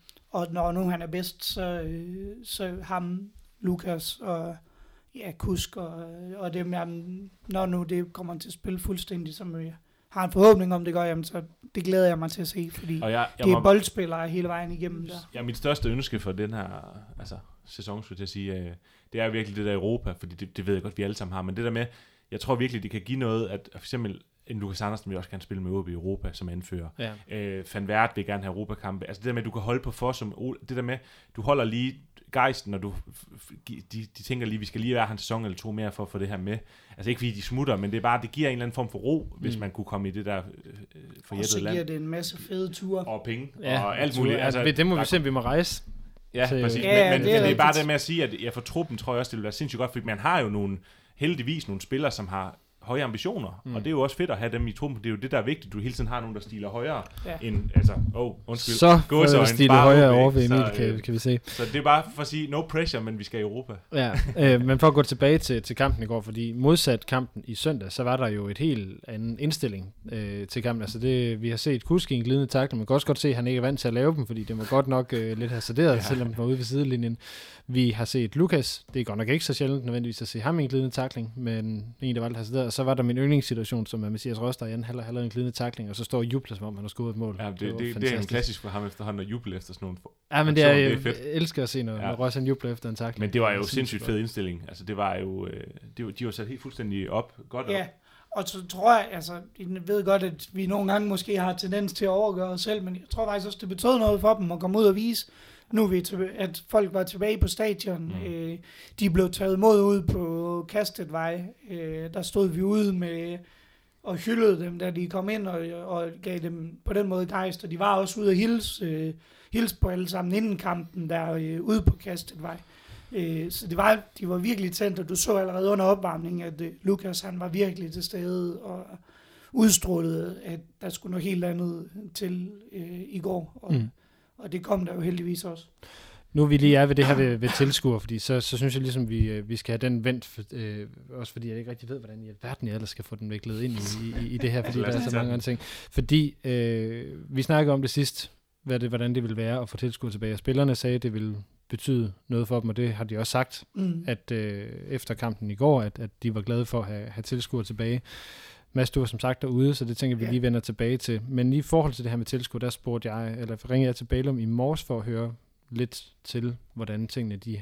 og når nu han er bedst, så, øh, så ham, Lukas og ja, Kusk og, og dem, jamen, når nu det kommer til at spille fuldstændig, som jeg har en forhåbning om det gør, jamen, så det glæder jeg mig til at se, fordi og jeg, jeg det er må, boldspillere hele vejen igennem der. Ja, mit største ønske for den her altså, sæson, skulle jeg sige, øh, det er virkelig det der Europa, fordi det, det ved jeg godt, vi alle sammen har, men det der med, jeg tror virkelig, det kan give noget, at for eksempel en Lukas Andersen vil også gerne spille med O B i Europa som anfører. Ja. Øh, Van Wert vil gerne have Europakampe. Altså det der med, at du kan holde på for som det der med, du holder lige gejsten, når du de, de tænker lige, vi skal lige være her en sæson eller to mere for at få det her med. Altså ikke fordi de smutter, men det er bare, det giver en eller anden form for ro, mm. hvis man kunne komme i det der øh, forjættede land. Og så giver det en masse fede ture. Og penge, ja, og alt muligt. Altså, altså, det må vi se, vi må rejse. Ja, til, præcis. Ja, men men det, er det er bare det med at sige, at jeg for truppen tror jeg også, det vil være sindssygt godt, fordi man har jo nogle, heldigvis nogle spillere, som har høje ambitioner, mm. og det er jo også fedt at have dem i truppen. Det er jo det, der er vigtigt. Du hele tiden har nogen, der stiler højere ja. end, altså, åh, oh, undskyld. Så får vi stilet højere over ved Emil, så, kan, kan vi se. Så det er bare for at sige, no pressure, men vi skal i Europa. Ja, øh, men for at gå tilbage til, til kampen i går, fordi modsat kampen i søndag, så var der jo et helt anden indstilling øh, til kampen. Altså det, vi har set Kusk i en glidende tackle, man kan også godt se, at han ikke er vant til at lave dem, fordi det var godt nok øh, lidt hasarderet, ja. Selvom den var ude ved sidelinjen. Vi har set Lukas, det er godt nok ikke så sjældent nødvendigvis at se ham i en glidende tackling, men en, der var lidt hasarderet. Og så var der min yndlingssituation, som er Mathias Røster i anden halvleg halvleg en glidende tackling, og så står og jubler, som om han har scoret et mål. Ja, det, det, det, det er en klassisk for ham efterhånden at juble efter sådan nogle. Ja, men det er, det er fedt. Jeg elsker at se, når, ja. når Røster jubler efter en tackling. Men det var jo sindssygt fed indstilling. Altså det var jo, det var, de var sat helt fuldstændig op, godt ja. op. Og så tror jeg, altså, jeg ved godt, at vi nogle gange måske har tendens til at overgøre os selv, men jeg tror faktisk også, det betød noget for dem at komme ud og vise, nu er vi tilbage, at folk var tilbage på stadion. Mm. Øh, de blev taget mod ud på Kastetvej. Øh, der stod vi ude med og hyldede dem, da de kom ind og, og gav dem på den måde gejst. Og de var også ude og hilse, øh, hilse på alle sammen inden kampen der øh, ude på Kastetvej. Øh, så det var, de var virkelig tændt, og du så allerede under opvarmningen, at øh, Lukas han var virkelig til stede og udstrålede, at der skulle noget helt andet til øh, i går. Og, mm. og det kom der jo heldigvis også. Nu vi lige er ved det her ved, ved tilskuer, fordi så, så synes jeg ligesom, vi, vi skal have den vendt, for, øh, også fordi jeg ikke rigtig ved, hvordan i alverden jeg ellers skal få den viklet ind i, i, i det her, fordi der er så mange andre ting. Fordi øh, vi snakkede om det sidst, hvad det, hvordan det ville være at få tilskuer tilbage, og spillerne sagde, at det ville betyde noget for dem, og det har de også sagt, mm. at øh, efter kampen i går, at, at de var glade for at have, have tilskuer tilbage. Mads, du var som sagt derude, så det tænker vi lige vender tilbage til. Men i forhold til det her med tilskuer, der spurgte jeg, eller ringede jeg til Bælum i morges for at høre lidt til, hvordan tingene de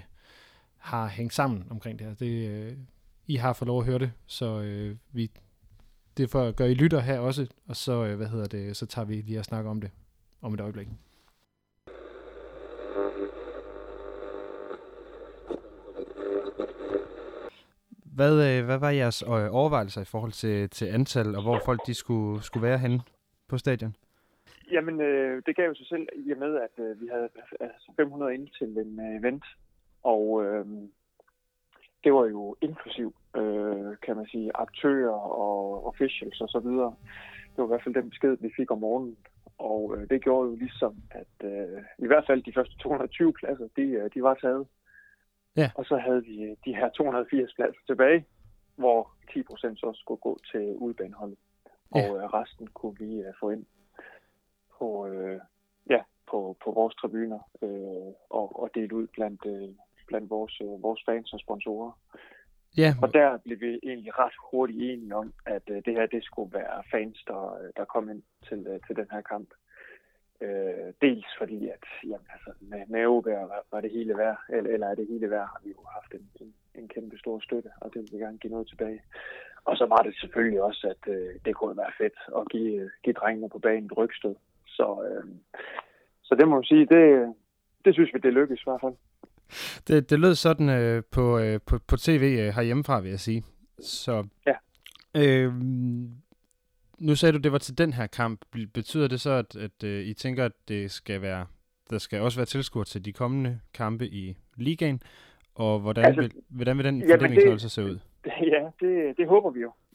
har hængt sammen omkring det her. Det, øh, I har fået lov at høre det, så øh, vi, det for at gøre I lytter her også, og så, øh, hvad hedder det, så tager vi lige at snakke om det om et øjeblik. Hvad, øh, hvad var jeres overvejelser i forhold til, til antal, og hvor folk de skulle, skulle være henne på stadion? Jamen, øh, det gav jo sig selv i og med, at øh, vi havde altså fem hundrede inde til en øh, event, og øh, det var jo inklusiv, øh, kan man sige, aktører og officials og så videre. Det var i hvert fald den besked, vi fik om morgenen, og øh, det gjorde jo ligesom, at øh, i hvert fald de første to hundrede og tyve pladser, de, øh, de var taget. Ja. Og så havde vi de her to hundrede og firs pladser tilbage, hvor ti procent så skulle gå til udebaneholdet, og ja. øh, resten kunne vi øh, få ind på, øh, ja, på, på vores tribuner øh, og, og delt ud blandt, øh, blandt vores, øh, vores fans og sponsorer. Ja. Og der blev vi egentlig ret hurtigt enige om, at øh, det her det skulle være fans, der, der kom ind til, øh, til den her kamp. Øh, dels fordi, at jamen, altså, med, med O B var, var det hele værd, eller, eller er det hele værd, har vi jo haft en, en, en kæmpe stor støtte, og det vil vi gerne give noget tilbage. Og så var det selvfølgelig også, at øh, det kunne være fedt at give, give drengene på banen et rygstød. Så, øh, så det må man sige, det, det synes vi, det lykkedes i hvert fald. Det, det lød sådan øh, på, øh, på, på tv øh, herhjemmefra, vil jeg sige. Så, ja. Øh, nu sagde du, det var til den her kamp. Betyder det så, at, at uh, I tænker, at det skal være, der skal også være tilskuer til de kommende kampe i ligaen? Og hvordan, altså, vil, hvordan vil den fordelingshold så se ud? Ja, det, det håber vi jo.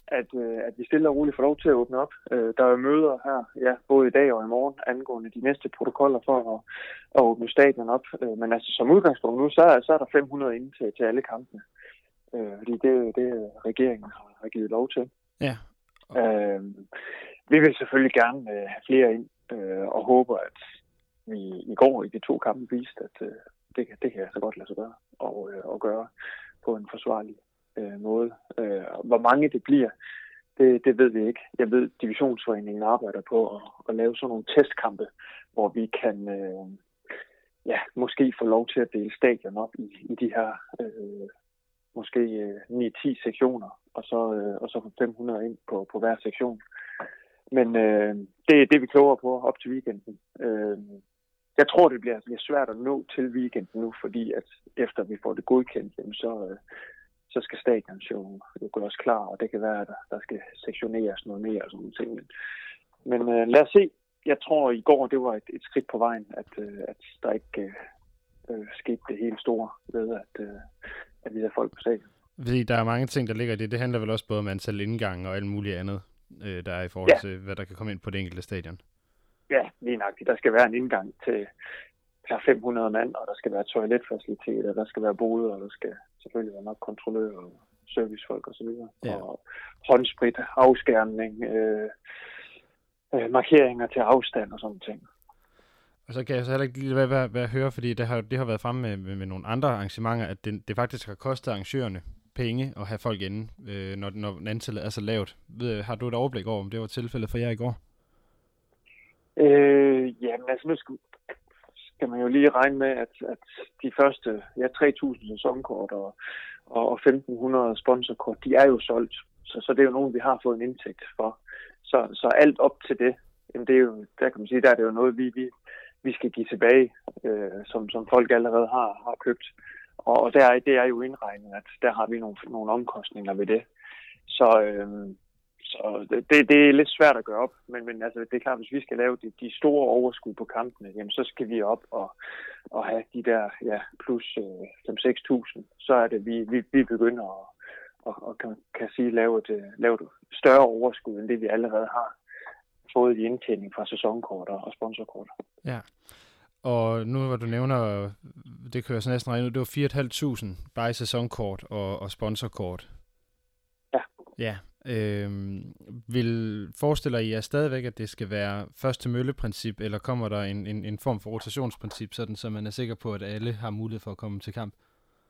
at, øh, at vi stille og roligt får lov til at åbne op. Øh, der er møder her, ja, både i dag og i morgen, angående de næste protokoller for at, at åbne stadion op. Øh, men altså som udgangspunkt nu, så er, så er der fem hundrede inde til, til alle kampene. Øh, fordi det det regeringen har, har givet lov til. Ja. Øh, vi vil selvfølgelig gerne øh, have flere ind, øh, og håber, at vi i går i de to kampe viste, at øh, det, det kan så godt lade sig gøre og, øh, og gøre på en forsvarlig øh, måde. Øh, hvor mange det bliver, det, det ved vi ikke. Jeg ved, at divisionsforeningen arbejder på at, at lave sådan nogle testkampe, hvor vi kan øh, ja, måske få lov til at dele stadion op i, i de her øh, måske øh, ni til ti sektioner, og så, øh, og så få fem hundrede ind på, på hver sektion. Men øh, det er det, vi kloger på op til weekenden. Øh, jeg tror, det bliver, bliver svært at nå til weekenden nu, fordi at efter vi får det godkendt, jamen, så, øh, så skal stadion jo, jo gøres klar, og det kan være, at der, der skal sektioneres noget mere og sådan nogle ting. Men, men øh, lad os se. Jeg tror, i går, det var et, et skridt på vejen, at, øh, at der ikke øh, skete det helt store ved, at, øh, at vi havde folk på stadion. Fordi der er mange ting, der ligger i det. Det handler vel også både om antal indgange og alt muligt andet, øh, der er i forhold ja. til, hvad der kan komme ind på det enkelte stadion. Ja, lige nøjagtigt. Der skal være en indgang til per fem hundrede mand, og der skal være toiletfaciliteter, der skal være boder, og der skal selvfølgelig være nok kontrollører og servicefolk osv. Og, ja. og håndsprit, afskærmning, øh, øh, markeringer til afstand og sådan ting. Og så kan jeg så heller ikke lige være, være, være at høre, fordi det har, det har været fremme med, med, med nogle andre arrangementer, at det, det faktisk har kostet arrangørerne penge at have folk inde, øh, når, når antallet er så lavt. Ved, har du et overblik over, om det var tilfældet for jer i går? Øh, jamen altså, nu skal, skal man jo lige regne med, at, at de første ja, tre tusind sæsonkort og, og femten hundrede sponsorkort, de er jo solgt. Så, så det er jo nogen, vi har fået en indtægt for. Så, så alt op til det, jamen det er jo, der kan man sige, der er det jo noget, vi, vi, vi skal give tilbage, øh, som, som folk allerede har, har købt. Og der, det er jo indregnet, at der har vi nogle, nogle omkostninger ved det. Så, øhm, så det, det er lidt svært at gøre op, men, men altså, det er klart, hvis vi skal lave de, de store overskud på kampene, jamen, så skal vi op og, og have de der ja, plus øh, fem til seks tusind. Så er det, vi, vi, vi begynder at og, og kan, kan sige, lave et, lave et større overskud, end det vi allerede har fået i indtjening fra sæsonkort og sponsorkort. Ja. Og nu, hvor du nævner, det kører så næsten regnet ud, det var fire tusind fem hundrede bare i sæsonkort og, og sponsorkort. Ja. Ja. Øhm, vil forestiller I jer stadigvæk, at det skal være først til mølle-princip, eller kommer der en, en, en form for rotationsprincip, sådan så man er sikker på, at alle har mulighed for at komme til kamp?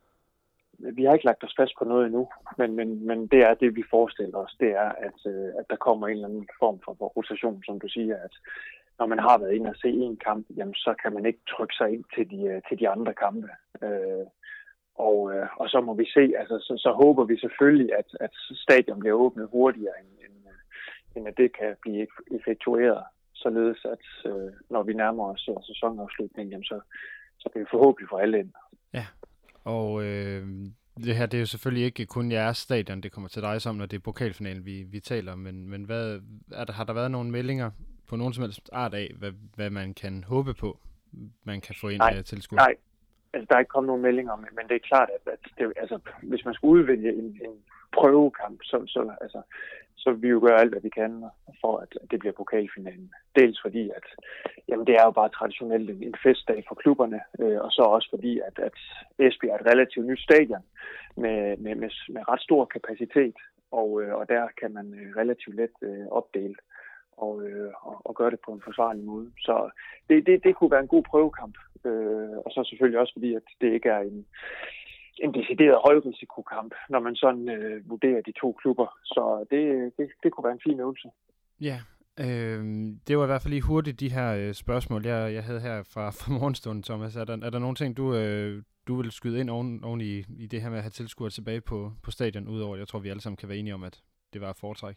Vi har ikke lagt os fast på noget endnu, men, men, men det er det, vi forestiller os. Det er, at, at der kommer en eller anden form for rotation, som du siger, at når man har været inde og se en kamp, jamen, så kan man ikke trykke sig ind til de, til de andre kampe. Øh, og, og så må vi se, altså, så, så håber vi selvfølgelig, at, at stadion bliver åbnet hurtigere, end, end, end at det kan blive effektueret, således at øh, når vi nærmer os sæsonafslutningen, jamen, så, så kan vi forhåbentlig få alle ind. Ja, og øh, det her, det er jo selvfølgelig ikke kun jeres stadion, det kommer til dig som, når det er pokalfinalen, vi, vi taler om, men, men hvad, er der, har der været nogle meldinger på nogen som helst art af, hvad, hvad man kan håbe på, man kan få ind af tilskud? Nej, altså, der er ikke kommet nogen meldinger om det, men det er klart, at, at det, altså, hvis man skulle udvælge en, en prøvekamp, så, så, altså, så vil vi jo gøre alt, hvad vi kan for, at det bliver pokalfinalen. Dels fordi, at jamen, det er jo bare traditionelt en festdag for klubberne, øh, og så også fordi, at, at Esbjerg er et relativt nyt stadion med, med, med, med ret stor kapacitet, og, øh, og der kan man øh, relativt let øh, opdele og, øh, og, og gøre det på en forsvarlig måde. Så det, det, det kunne være en god prøvekamp, øh, og så selvfølgelig også fordi, at det ikke er en en decideret højrisikokamp, når man sådan øh, vurderer de to klubber. Så det, det, det kunne være en fin øvelse. Ja, øh, det var i hvert fald lige hurtigt de her øh, spørgsmål, jeg, jeg havde her fra, fra morgenstunden, Thomas. Er der, er der nogle ting, du, øh, du vil skyde ind oven, oven i, i det her med at have tilskuere tilbage på, på stadion, udover jeg tror, vi alle sammen kan være enige om, at det var et foretræk?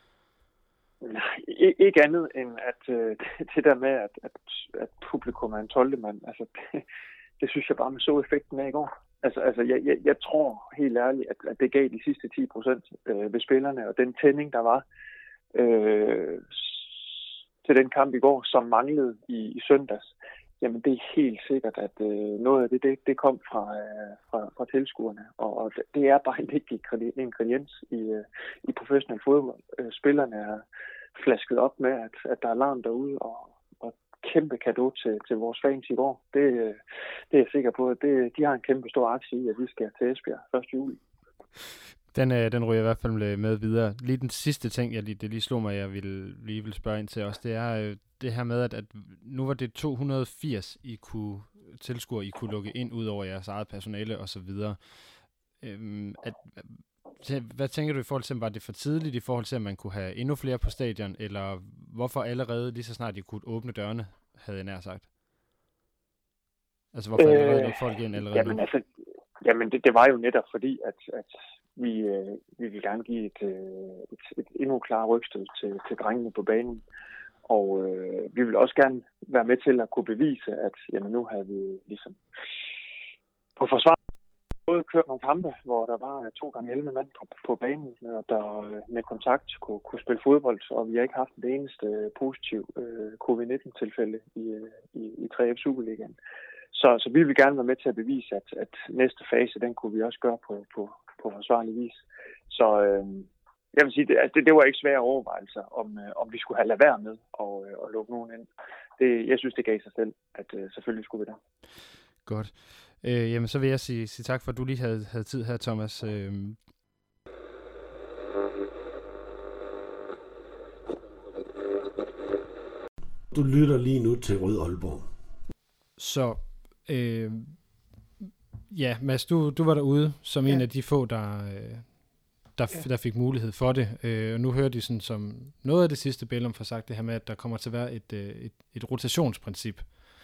Nej, ikke andet end at øh, det der med, at, at, at publikum er en tolvte mand, altså det, det synes jeg bare, man så effekten af i går. Altså, altså jeg, jeg, jeg tror helt ærligt, at, at det gav de sidste ti procent øh, ved spillerne, og den tænding, der var øh, til den kamp i går, som manglede i, i søndags, jamen det er helt sikkert, at øh, noget af det, det, det kom fra, øh, fra, fra tilskuerne, og, og det er bare en vigtig ingrediens i, øh, i professionel fodbold. Øh, spillerne er flasket op med, at, at der er larm derude, og, og kæmpe cadeau til, til vores fans i går. Det, det er jeg sikker på, at det, de har en kæmpe stor aktie i, at vi skal til Esbjerg første juli. Den, øh, den ryger i hvert fald med videre. Lige den sidste ting, jeg lige, det lige slog mig, jeg ville, lige vil spørge ind til også, det er øh, det her med, at, at nu var det to hundrede og firs, I kunne tilskuere, I kunne lukke ind ud over jeres eget personale og så videre. Øhm, at, hvad tænker du i forhold til, var det for tidligt i forhold til, at man kunne have endnu flere på stadion, eller hvorfor allerede, lige så snart I kunne åbne dørene, havde jeg nær sagt? Altså hvorfor øh, allerede lukke folk ind allerede jamen, nu? Altså, jamen det, det var jo netop fordi, at, at vi, øh, vi vil gerne give et, øh, et, et endnu klarere rygstød til, til drengene på banen. Og øh, vi vil også gerne være med til at kunne bevise, at jamen, nu har vi ligesom på forsvar både kørt nogle kampe, hvor der var to gange elleve mand på, på banen, der med kontakt kunne, kunne spille fodbold, og vi har ikke haft det eneste positiv øh, covid nitten tilfælde i, i, i tre F Superligaen. Så, så vi vil gerne være med til at bevise, at, at næste fase, den kunne vi også gøre på, på, på forsvarlig vis. Så øh, jeg vil sige, det, det, det var ikke svære overvejelser, om, øh, om vi skulle have lade være med og, øh, og lukke nogen ind. Det, jeg synes, det gav sig selv, at øh, selvfølgelig skulle vi der. Godt. Øh, jamen, så vil jeg sige, sige tak for, at du lige havde, havde tid her, Thomas. Øh, Du lytter lige nu til Rød Aalborg. Så, øh, ja, Mads, du, du var derude som ja. en af de få, der, øh, der, ja. der fik mulighed for det. Øh, og nu hører de sådan som noget af det sidste, Bellum får sagt, det her med, at der kommer til at være et, et, et rotationsprincip.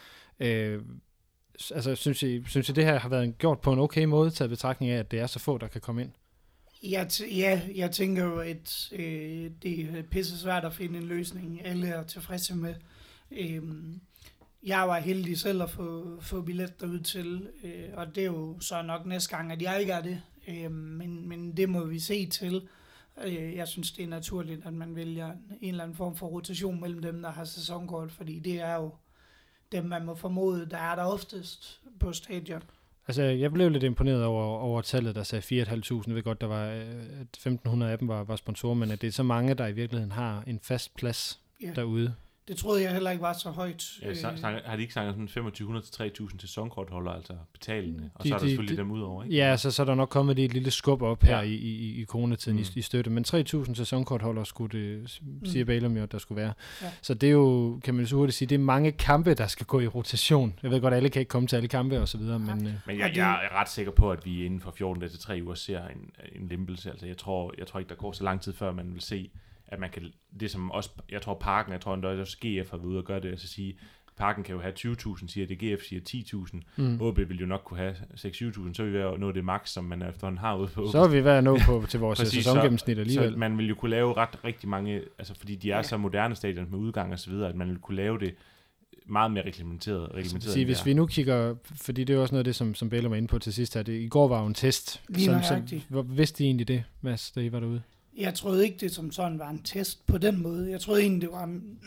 Øh, altså, synes I, synes I, det her har været gjort på en okay måde, taget betragtning af, at det er så få, der kan komme ind? Ja, t- ja jeg tænker jo, at øh, det er pisse svært at finde en løsning, alle er tilfredse med. Øh, Jeg var heldig selv at få, få billet derud til, øh, og det er jo så nok næste gang, at jeg ikke er det. Øh, men, men det må vi se til. Øh, jeg synes, det er naturligt, at man vælger en eller anden form for rotation mellem dem, der har sæsonkort, fordi det er jo dem, man må formode, der er der oftest på stadion. Altså, jeg blev lidt imponeret over, over tallet, der sagde fire tusind fem hundrede. Jeg ved godt, der var femten hundrede af dem var, var sponsorer, men at det er så mange, der i virkeligheden har en fast plads ja. derude. Det troede jeg heller ikke var så højt. Ja, sang, har de ikke sagt sådan femogtyve hundrede til tre tusind til sæsonkortholder, altså betalende, og de, så er der de, selvfølgelig de, dem udover, ikke? Ja, så, så er der nok kommet et lille skub op her ja. i, i, i coronatiden mm. i, i støtte, men tre tusind til sæsonkortholder skulle det, siger mm. Bælum jo, at der skulle være. Ja. Så det er jo, kan man så hurtigt sige, det er mange kampe, der skal gå i rotation. Jeg ved godt, at alle kan ikke komme til alle kampe og så videre, men... Ja. Men jeg, jeg er ret sikker på, at vi inden for fjorten til tre uger ser en, en lempelse. Altså, jeg tror, jeg tror ikke, der går så lang tid, før man vil se, at man kan, det som også, jeg tror Parken, jeg tror endda også G F har været ude og gøre det, altså sige, Parken kan jo have tyve tusind, siger det, G F siger ti tusind, mm. O B vil jo nok kunne have seks til syv tusind, så vil vi være nå det max, som man efterhånden har ude på. Så vil vi være nå på til vores sæsongennemsnit alligevel. Så man vil jo kunne lave ret rigtig mange, altså fordi de er ja. så moderne stadion med udgang og så videre, at man vil kunne lave det meget mere reglementeret. reglementeret sige, hvis vi nu kigger, fordi det er også noget af det, som, som Bellum var inde på til sidst her, det, i går var jo en test. Som, som, hvor, vidste I egentlig det, Mads, da I var derude? Jeg troede ikke, det som sådan var en test på den måde. Jeg troede egentlig, det var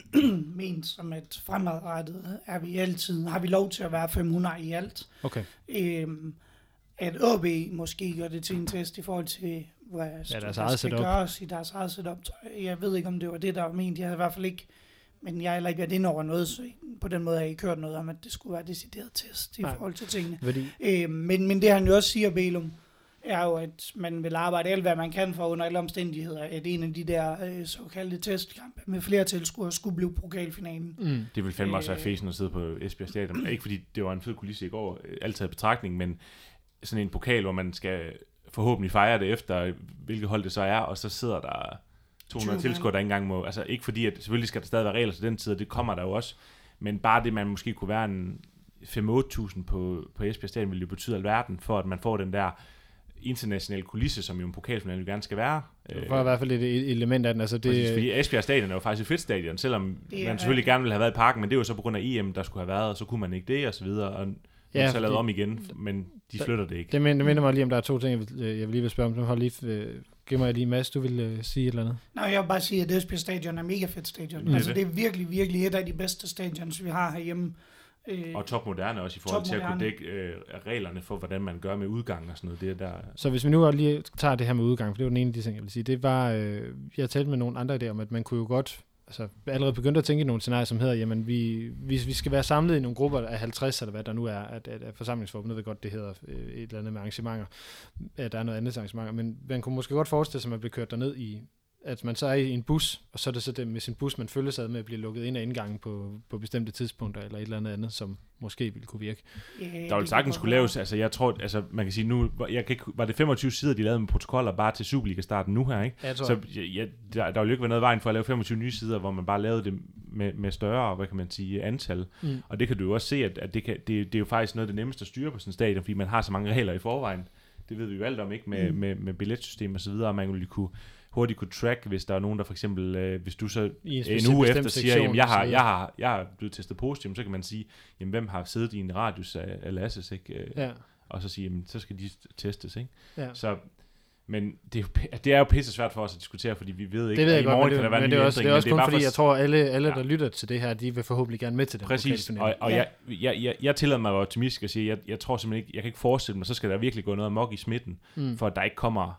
ment som et fremadrettet. Er vi altid, har vi lov til at være fem hundrede i alt? Okay. Øhm, at O B måske gør det til en test i forhold til, hvad ja, deres der skal gøres i deres eget setup. Jeg ved ikke, om det var det, der var ment. Jeg havde i hvert fald ikke, men jeg har heller ikke været inde over noget, så på den måde har jeg ikke hørt noget om, at det skulle være decideret test i Nej. forhold til tingene. Fordi... Øhm, men, men det han jo også siger, Bellum, er jo, at man vil arbejde alt, hvad man kan for under alle omstændigheder, at en af de der øh, såkaldte testkampe med flere tilskuere skulle blive pokalfinalen. Mm. Det ville fandme også være fæsen at sidde på Esbjerg Stadion. Ikke fordi det var en fed kulisse i går, altid i betragtning, men sådan en pokal, hvor man skal forhåbentlig fejre det efter, hvilket hold det så er, og så sidder der to hundrede tilskuere, der ikke engang må... Altså ikke fordi, at selvfølgelig skal der stadig være regler til den tid, og det kommer der jo også, men bare det, man måske kunne være en fem til otte tusind på, på Esbjerg Stadion, ville jo betyde alverden, for at man får den der international kulisse, som jo en pokalfinale jo gerne skal være. Det var i hvert fald et element af den. Altså det... Præcis, fordi Esbjerg Stadion er jo faktisk et fedt stadion, selvom det man selvfølgelig gerne ville have været i Parken, men det er jo så på grund af E M, der skulle have været, og så kunne man ikke det, og så videre, og nu ja, så lavet om igen, men de flytter det ikke. Det minder, det minder mig lige om, der er to ting, jeg vil, jeg vil lige vil spørge om. Nu har lige, øh, giv mig lige, Mads, du vil øh, sige et eller andet. Nej, jeg vil bare sige, at Esbjerg Stadion er mega fedt stadion. Mm. Altså det er virkelig, virkelig et af de bedste stadions, vi har herhjemme. Øh, og topmoderne også i forhold til at kunne dække øh, reglerne for, hvordan man gør med udgang og sådan noget. Det der. Så hvis vi nu lige tager det her med udgang, for det var den ene af de ting, jeg vil sige, det var, øh, jeg talte med nogle andre idéer om, at man kunne jo godt, altså allerede begyndt at tænke i nogle scenarier, som hedder, jamen vi, vi, vi skal være samlet i nogle grupper af halvtreds, eller hvad der nu er, at, at, at forsamlingsforbund, jeg ved godt, det hedder øh, et eller andet med arrangementer, at der er noget andet arrangementer, men man kunne måske godt forestille sig, at man bliver kørt derned i, at man så er i en bus, og så er det så det med sin bus, man følger sig med at blive lukket ind af indgangen på, på bestemte tidspunkter, eller et eller andet andet, som måske ville kunne virke. Yeah, der vil sagtens skulle laves, altså jeg tror, altså man kan sige nu, jeg kan ikke, var det femogtyve sider, de lavede med protokoller bare til Superliga-starten nu her, ikke? Ja, så ja, der, der ville jo ikke være noget vejen for at lave femogtyve nye sider, hvor man bare lavede det med, med større, hvad kan man sige, antal. Mm. Og det kan du jo også se, at, at det, kan, det, det er jo faktisk noget af det nemmeste at styre på sådan en stadion, fordi man har så mange regler i forvejen. Det ved vi jo alt om, ikke? Med, mm. med, med billetsystem og så videre, og man ville kunne hurtigt kunne track, hvis der er nogen, der for eksempel, øh, hvis du så en, en uge efter siger, jamen jeg har, jeg har, jeg har blevet testet positivt, så kan man sige, jamen hvem har siddet i en radius af, af Lasses, ikke? Ja. Og så sige, jamen så skal de testes, ikke? Ja. Så, men det er, jo, det er jo pisse svært for os at diskutere, fordi vi ved ikke, det ved jeg at i morgen godt, kan der være en ny ændring. Det er også, det er også kun det er fordi, for... jeg tror, alle, alle ja. der lytter til det her, de vil forhåbentlig gerne med til det. Præcis, og, og ja. jeg, jeg, jeg, jeg tillader mig at være optimistisk og sige, jeg, jeg tror simpelthen ikke, jeg kan ikke forestille mig, så skal der virkelig gå noget amok i smitten, mm. for at der ikke kommer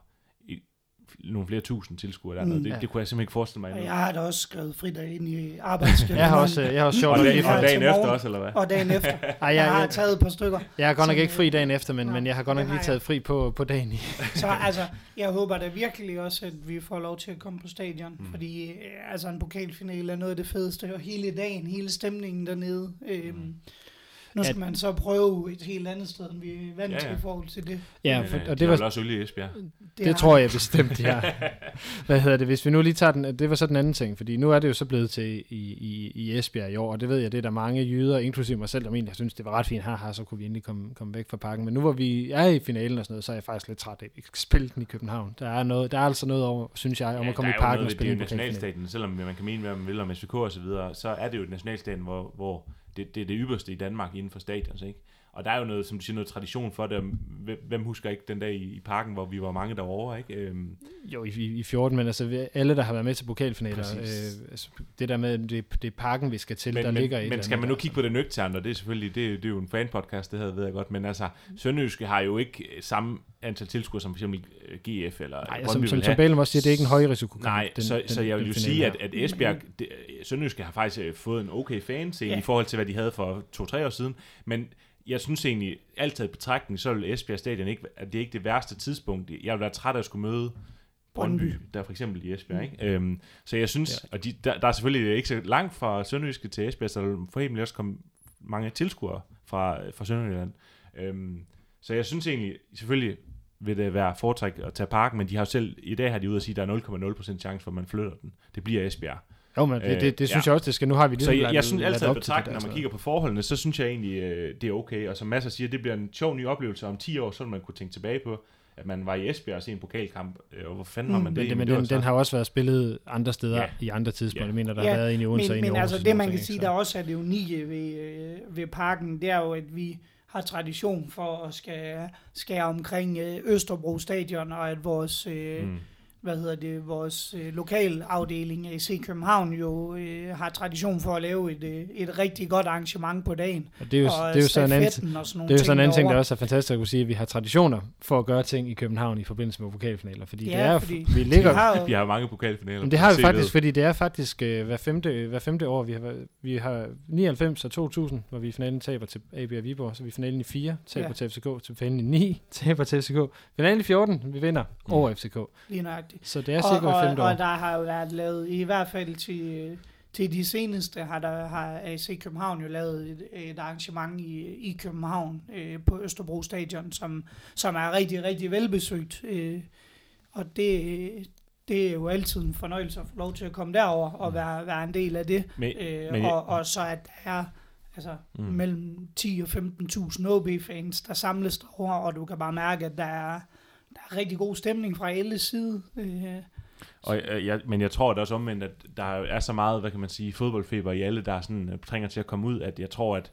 nogle flere tusind tilskuere der. Mm, det, ja. det kunne jeg simpelthen ikke forestille mig. Jeg har da også skrevet fridag ind i arbejdsskabet. jeg har også, jeg har også sjovt. Og, dagen, og dagen efter også, eller hvad? Og dagen efter. Ej, jeg, jeg har taget et par stykker. Jeg har godt nok ikke fri dagen efter, men, ja, men jeg har godt nok lige taget fri på, på dagen i. Så altså, jeg håber da virkelig også, at vi får lov til at komme på stadion, mm. fordi altså en pokalfinale er noget af det fedeste, og hele dagen, hele stemningen dernede. Øhm, mm. Nu skal at, man så prøve et helt andet sted, end vi er vant ja, ja. til i forhold til det. Ja, for, og det de var også øl i Esbjerg. Det, det tror jeg bestemt, ja. Hvad hedder det? Hvis vi nu lige tager den, det var så den anden ting, fordi nu er det jo så blevet til i, i, i Esbjerg i år, og det ved jeg, det er der mange jyder, inklusive mig selv, der mener, jeg synes, det var ret fint, her, så kunne vi endelig komme, komme væk fra parken. Men nu hvor vi er i finalen og sådan noget, så er jeg faktisk lidt træt af, at vi skal spille den i København. Der er, noget, der er altså noget over, synes jeg, om ja, at komme i parken noget, og spille den på nationalstaten, selvom man kan mene, hvad man vil om S V K og så videre, så er det jo et nationalstaten, hvor, hvor det, det er det ypperste i Danmark inden for stadion, ikke? Og der er jo noget, som du siger, noget tradition for det. Hvem husker ikke den dag i, i parken, hvor vi var mange derovre, ikke? Øhm. Jo, i, i fjorten, men altså alle, der har været med til pokalfinaler, øh, altså, det der med, det, det er parken, vi skal til, men, der men, ligger i. Men skal man nu kigge på det nøgternt, og det er selvfølgelig, det, det er jo en fanpodcast, det havde ved jeg godt, men altså, Sønderjyske har jo ikke samme antal tilskuere, som for eksempel G F eller Nej, som, som, som Bælum også siger, det er ikke en høj risiko. Nej, den, så, den, så jeg vil jo sige, at, at Esbjerg, det, Sønderjyske har faktisk fået en okay fanscene ja. i forhold til, hvad de havde for to-tre år siden, men jeg synes egentlig, altid i betragtning, så vil Esbjerg Stadion ikke, at det er ikke det værste tidspunkt. Jeg vil være træt af at skulle møde Brøndby, der for eksempel i Esbjerg. Ikke? Mm. Øhm, så jeg synes, ja. og de, der, der er selvfølgelig ikke så langt fra Sønderjyske til Esbjerg, så der vil forhåbentlig også komme mange tilskuere fra, fra Sønderjylland. Øhm, så jeg synes egentlig, selvfølgelig vil det være foretræk at tage parken, men de har jo selv, i dag har de ude at sige, at der er nul komma nul procent chance for, at man flytter den. Det bliver Esbjerg. Jo, men det, det, det synes øh, ja. jeg også, det skal. Nu har vi det. Så jeg, jeg synes altid, at betragte, når man kigger på forholdene, så synes jeg egentlig, øh, det er okay. Og som masser siger, det bliver en sjov ny oplevelse om ti år, så man kunne tænke tilbage på, at man var i Esbjerg og se en pokalkamp. Øh, og hvor fanden mm, har man det? Men, men den, den har også været spillet andre steder ja. i andre tidspunkter. Ja. Jeg mener, der ja. har været en i Odense og en i Aarhus. Men altså det, man kan sige, der også er det unikke ved, ved parken, det er jo, at vi har tradition for at skære, skære omkring Østerbro Stadion, og at vores... Øh, mm. hvad hedder det, vores øh, lokalafdeling af A C København jo øh, har tradition for at lave et, øh, et rigtig godt arrangement på dagen. Og det er jo, og det er jo sådan en anden, og sådan det er jo sådan en anden ting, der også er fantastisk at kunne sige, at vi har traditioner for at gøre ting i København i forbindelse med pokalfinaler, fordi ja, det er fordi vi ligger vi har, vi har mange pokalfinaler. Men det har vi faktisk, fordi det er faktisk øh, hver femte hver femte år, vi har vi har nioghalvfems og to tusind, hvor vi i finalen taber til A B og Viborg, så vi i finalen i fire, taber ja. til F C K, til finalen i ni, taber til F C K. Finalen i fjorten, vi vinder mm. over F C K. Lige nøjagtigt. Så det er cirka hver femte år. Og der har jo været lavet, i hvert fald til, til de seneste, har, der, har A C København jo lavet et, et arrangement i, i København øh, på Østerbro Stadion, som, som er rigtig, rigtig velbesøgt. Øh, og det, det er jo altid en fornøjelse at få lov til at komme derover og være, være en del af det. Men, øh, men, og, og så at der er altså, mm. mellem ti og femten tusind O B-fans, der samles derover, og du kan bare mærke, at der er, der er rigtig god stemning fra alle sider. Øh, Og, øh, jeg, men jeg tror at også omvendt, at der er så meget, hvad kan man sige, fodboldfeber i alle, der er sådan, uh, trænger til at komme ud, at jeg tror, at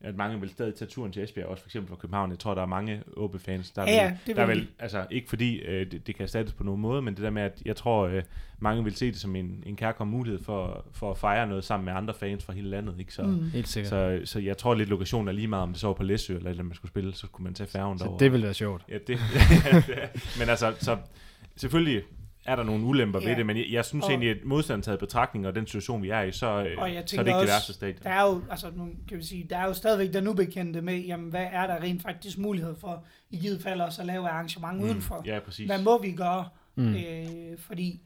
at mange vil stadig tage turen til Esbjerg, også for eksempel fra København. Jeg tror, der er mange O B-fans, der, ja, vil, det der vil vil, altså ikke fordi øh, det, det kan erstattes på nogen måde, men det der med, at jeg tror, øh, mange vil se det som en, en kærkommen mulighed for, for at fejre noget sammen med andre fans fra hele landet, ikke? Så, mm. Helt sikkert. Så, så jeg tror lidt, lokationen er lige meget, om det så var på Læsø, eller, eller man skulle spille, så kunne man tage færgen derovre. Så det ville være sjovt. Ja, det, men altså, så selvfølgelig er der nogle ulemper ja. ved det, men jeg, jeg synes og, egentlig, at modstanden taget betragtning og den situation, vi er i, så, så er det ikke også, det værste stadie. Der er jo, altså, nu kan vi sige, der er jo stadigvæk den ubekendte med, jamen, hvad er der rent faktisk mulighed for, i givet fald også at lave arrangement mm, udenfor. Ja, præcis. Hvad må vi gøre? Mm. Øh, fordi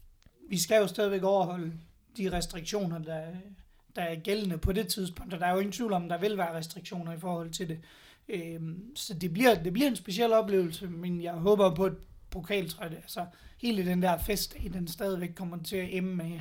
vi skal jo stadigvæk overholde de restriktioner, der, der er gældende på det tidspunkt, og der er jo ingen tvivl om, der vil være restriktioner i forhold til det. Øh, så det bliver, det bliver en speciel oplevelse, men jeg håber på, at pokaltræt, altså hele den der fest, den stadigvæk kommer til at emme med,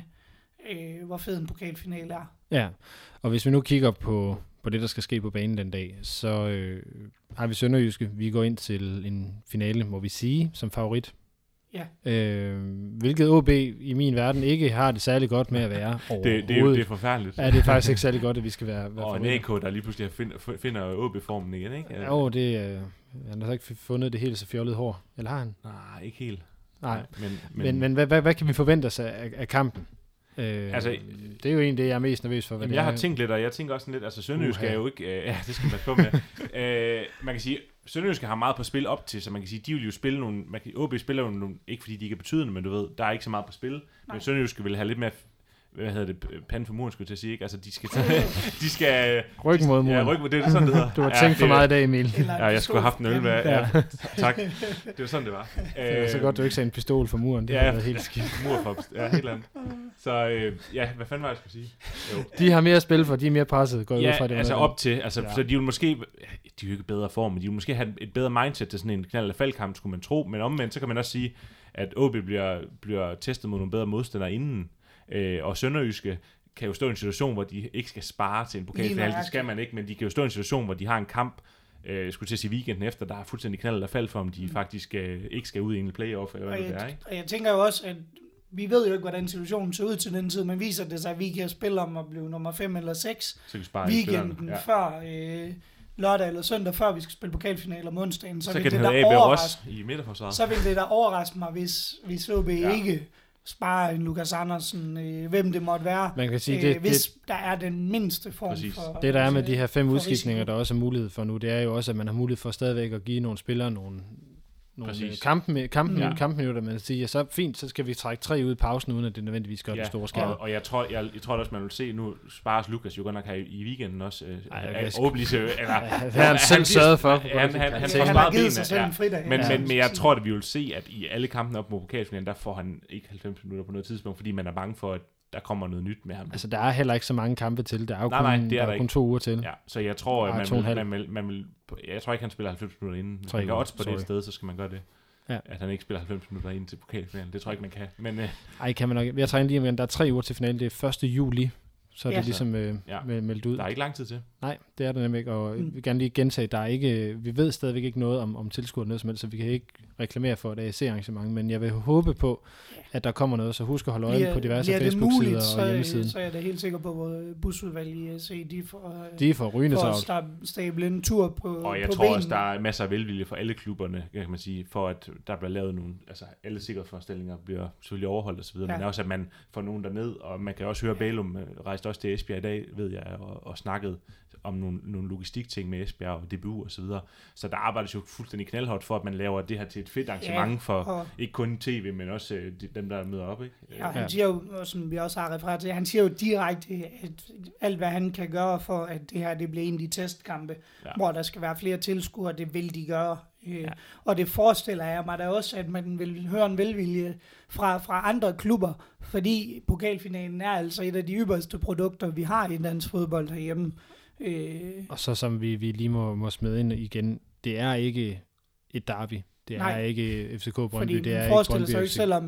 øh, hvor fed en pokalfinale er. Ja, og hvis vi nu kigger på, på det, der skal ske på banen den dag, så øh, har vi Sønderjyske. Vi går ind til en finale, må vi sige, som favorit. Ja. Øh, hvilket O B i min verden ikke har det særlig godt med at være det, det, er, det er forfærdeligt. Ja, det er faktisk ikke særlig godt, at vi skal være, være og en A K, der lige pludselig finder, finder O B-formen igen, ikke? Jo, oh, det øh, han har ikke fundet det helt så fjollet hår. Eller har han? Nej, ikke helt. Nej, men, men, men, men hvad, hvad, hvad kan vi forvente os af, af kampen? Øh, altså, det er jo egentlig det, jeg er mest nervøs for. Hvad jamen, det jeg er. har tænkt lidt, og jeg tænker også sådan lidt, altså Sønderjysk er jo ikke, øh, ja, det skal man på med. øh, man kan sige, Sønderjysk har meget på spil op til, så man kan sige, de vil jo spille nogle, man kan, O B spiller jo nogle, ikke fordi de ikke er betydende, men du ved, der er ikke så meget på spil. Nej. Men Sønderjysk vil have lidt mere, hvad hedder det, panden for muren, skulle jeg til at sige, ikke? Altså, de skal, de skal rykke mod muren. Ja, rykke mod, det er sådan, det hedder. Du har tænkt ja, for meget i dag, Emil. Ja, jeg skulle have haft en øl med. Ja. Ja, tak. Det var sådan, det var. Det var så godt, du ikke sagde en pistol for muren. Det ja, har været helt skidt. Mur for, ja, helt andet. Så øh, ja, hvad fanden var jeg skulle sige? Jo. De har mere at spille for, de er mere presset, går ja, ud fra det. altså op til, altså, ja. Så de vil måske, de er jo ikke bedre form, men de vil måske have et bedre mindset til sådan en knald- eller faldkamp, skulle man tro, men omvendt, så kan man også sige, at O B bliver, bliver testet mod nogle bedre modstandere inden, øh, og Sønderjyske kan jo stå i en situation, hvor de ikke skal spare til en pokalfinale, det skal man ikke, men de kan jo stå i en situation, hvor de har en kamp, øh, jeg skulle til at sige weekenden efter, der er fuldstændig knald eller fald for, om de mm. faktisk øh, ikke skal ud i en playoff, eller hvad og det jeg, er, ikke? Og jeg tænker jo også, at vi ved jo ikke, hvordan situationen ser ud til den tid, men viser det sig, at vi kan spille om at blive nummer fem eller seks weekenden ja. før øh, lørdag eller søndag, før vi skal spille pokalfinale om onsdagen, så, så vil det der overraske, i så vil det der overraske mig, hvis, hvis O B ja. ikke sparer en Lukas Andersen, øh, hvem det måtte være, man kan sige, øh, det, hvis det, der er den mindste form præcis. for... Det der er med de her fem udskiftninger, der også er mulighed for nu, det er jo også, at man har mulighed for stadigvæk at give nogle spillere nogle, nogle kampen, kampen, ja. kampminutter, man siger, så fint, så skal vi trække tre ud i pausen, uden at det nødvendigvis gør ja. den store skade. Og, og jeg tror, jeg, jeg tror også, man vil se, nu spares Lukas jo godt nok her i, i weekenden også, øh, Ej, at overbevise, eller... det har han selv sørget for. Han, han, han, han, han har givet sig selv en fridag. Men, men, men jeg tror, at vi vil se, at i alle kampene op mod pokalfinalen, der får han ikke halvfems minutter på noget tidspunkt, fordi man er bange for, at der kommer noget nyt med ham. Altså, der er heller ikke så mange kampe til. Der er jo nej, kun, nej, det er der der er kun to uger til. Ja, så jeg tror, at man vil, man, vil, man vil... Jeg tror ikke, han spiller halvfems minutter inden. Hvis man kan odds på det sted, så skal man gøre det. Ja. At han ikke spiller halvfems minutter ind til pokalfinalen. Det tror jeg ikke, man kan. Men, øh... Ej, kan man nok. Jeg træner lige om, der er tre uger til finalen. Det er første juli, så er ja. det ligesom øh, ja. meldt ud. Der er ikke lang tid til. Nej, det er der nemlig ikke. Og mm. vi vil gerne lige gentage, der er ikke, vi ved stadigvæk ikke noget om, om tilskuer noget som helst, så vi kan ikke reklamere for et A C arrangement, men jeg vil håbe på, at der kommer noget, så husk at holde øje bliver, på diverse Facebook-sider og hjemmesiden. Så er jeg da helt sikker på, at busudvalget i A C, de får, de får rygende for at stable en tur på Og jeg på tror benen. også, der er masser af velvilje for alle klubberne, kan man sige, for at der bliver lavet nogle, altså alle sikkerhedsforstillinger bliver selvfølgelig overholdt osv., ja. men også at man får nogen derned, og man kan også høre, Bælum rejste også til Esbjerg i dag, ved jeg, og, og snakket om nogle, nogle logistikting med Esbjerg og D B U og så videre. Så der arbejdes jo fuldstændig knaldhårdt for, at man laver det her til et fedt arrangement ja, for ikke kun tv, men også øh, de, dem, der møder op. Ikke? Ja, han siger jo, som vi også har refereret til, han siger jo direkte, at alt hvad han kan gøre for, at det her det bliver en af de testkampe, ja. hvor der skal være flere tilskuere, det vil de gøre. Ja. Og det forestiller jeg mig da også, at man vil høre en velvilje fra, fra andre klubber, fordi pokalfinalen er altså et af de ypperste produkter, vi har i dansk fodbold herhjemme. Øh. Og så som vi, vi lige må, må smide ind igen, det er ikke et derby. Det Nej. er ikke F C K Brøndby. Fordi det er man forestiller sig jo ikke selv om, at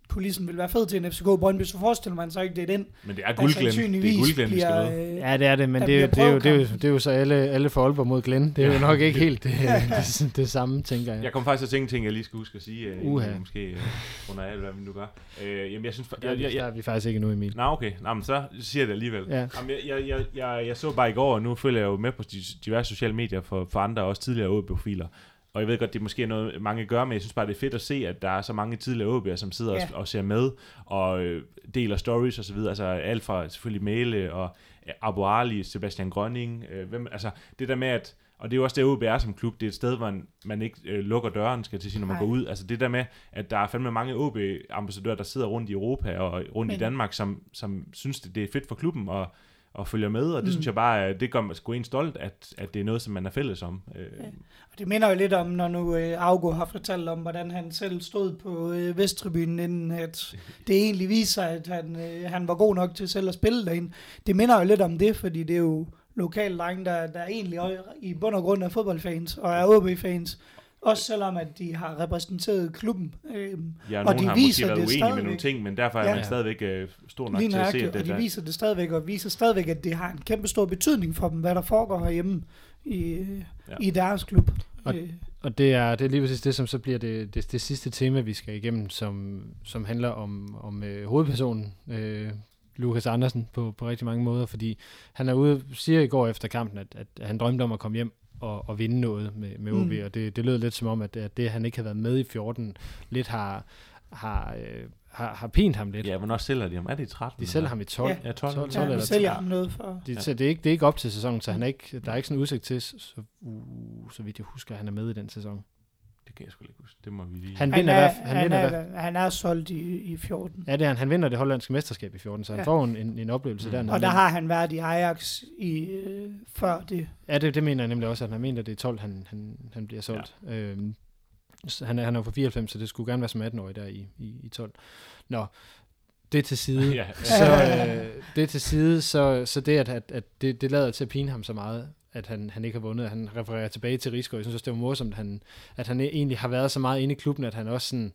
kulissen vil være fed til en F C K Brøndby, så forestiller man sig ikke, det er den. Men det er guldglænd. Det er guldglænd, vi skal med. Ja, det er det, men det er, jo, det, er jo, det, er jo, det er jo så alle, alle for Aalborg mod Glenn. Det er jo nok ikke helt det, det, det samme, tænker jeg. Jeg kommer faktisk til at tænke ting, jeg lige skal huske at sige. Uha. Uh, måske uh, under alt, hvad vi nu gør. Uh, jamen, jeg synes... Jeg, jeg, jeg, der er vi faktisk ikke endnu, Emil. Nå, okay. Nå, men så siger jeg det alligevel. Ja. Jamen, jeg, jeg, jeg, jeg, jeg så bare i går, og nu følger jeg jo med på diverse sociale medier for, for andre, også tidligere O B-profiler. Og jeg ved godt, det er måske noget, mange gør, men jeg synes bare, det er fedt at se, at der er så mange tidligere O B'er, som sidder ja. og, og ser med, og øh, deler stories og så videre. Altså alt fra selvfølgelig Mæle og øh, Abu Ali, Sebastian Grønning. Øh, hvem, altså det der med, at, og det er jo også det, O B er som klub, det er et sted, hvor man, man ikke øh, lukker døren, skal til sige, når man Nej. går ud. Altså det der med, at der er fandme mange O B-ambassadører, der sidder rundt i Europa og rundt men. i Danmark, som, som synes, det, det er fedt for klubben, og og følger med, og det mm. synes jeg bare, det gør mig sgu en stolt, at, at det er noget, som man er fælles om. Ja. Og det minder jo lidt om, når nu øh, Augo har fortalt om, hvordan han selv stod på øh, Vesttribunen, inden at det egentlig viser, at han, øh, han var god nok til selv at spille derinde. Det minder jo lidt om det, fordi det er jo lokale drenge, der, der egentlig i bund og grund er fodboldfans, og er O B-fans. Også selvom, at de har repræsenteret klubben. Øhm, ja, og de har viser måske været det uenige med nogle ting, men derfor er ja. man stadigvæk øh, stor nok Lige til at se, at det og de der. viser det stadigvæk, og viser stadigvæk, at det har en kæmpe stor betydning for dem, hvad der foregår herhjemme i, ja. i deres klub. Og, og det, er, det er lige præcis det, som så bliver det, det, det sidste tema, vi skal igennem, som, som handler om, om øh, hovedpersonen, øh, Lukas Andersen, på, på rigtig mange måder, fordi han er ude, siger i går efter kampen, at, at han drømte om at komme hjem og, og vinde noget med, med O B, mm. og det, det lød lidt som om, at, at det, han ikke har været med i fjorten, lidt har, har, øh, har, har pint ham lidt. Ja, hvornår sælger de ham? Er det i tretten? De sælger ham i tolv. Ja, ja tolv, tolv, tolv ja, eller sælger ham noget for. De, ja. Så det er, ikke, det er ikke op til sæsonen, så han er ikke, der er ikke sådan en udsigt til, så, uh, så vidt jeg husker, at han er med i den sæson. Det kan jeg sgu ikke huske. Det må vi lige... Han, han, vinder er, han, han, vinder er, han er solgt i, i fjorten. Ja, det er han. Han vinder det hollandske mesterskab i fjorten, så han ja. får en, en, en oplevelse mm. der. Og der har han været i Ajax i, øh, før det. Ja, det, det mener jeg nemlig også, at han mener, at det er tolv, han, han, han bliver solgt. Ja. Øhm, han, er, han er jo fra fireoghalvfems, så det skulle gerne være som atten-årig der i, i, i tolv. Nå, det til side. ja. Så øh, det til side, så, så det, at, at, at det, det lader til at pine ham så meget, at han, han ikke har vundet. Han refererer tilbage til Rigsgaard. Jeg synes også, det var morsomt, at han, at han egentlig har været så meget inde i klubben, at han også sådan...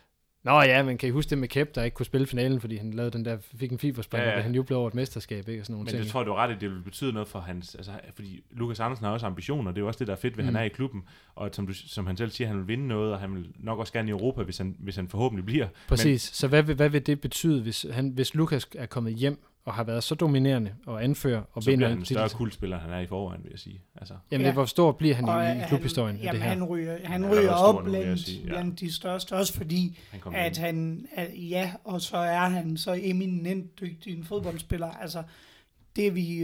Nå ja, men kan I huske det med Kep, der ikke kunne spille finalen, fordi han lavede den der, fik en fiberspring, ja, ja. og han jublede over et mesterskab, ikke? Og sådan nogle men ting. det tror jeg, du er ret i, det vil betyde noget for hans... Altså, fordi Lukas Andersen har også ambitioner, det er jo også det, der er fedt ved, mm. han er i klubben, og som, du, som han selv siger, han vil vinde noget, og han vil nok også gerne i Europa, hvis han, hvis han forhåbentlig bliver. Præcis, men, så hvad vil, hvad vil det betyde, hvis, han, hvis Lukas er kommet hjem, og har været så dominerende og anfører og så vinder... Så bliver han en større kultspiller, han er i forvejen, vil jeg sige. Altså. Jamen, ja. det, hvor stor bliver han og i, i klubhistorien? Jamen, det her? han ryger, han han ryger op nu, blandt, ja. blandt de største, også fordi, han at han... At, ja, og så er han så eminent dygtig en fodboldspiller. Altså, det vi...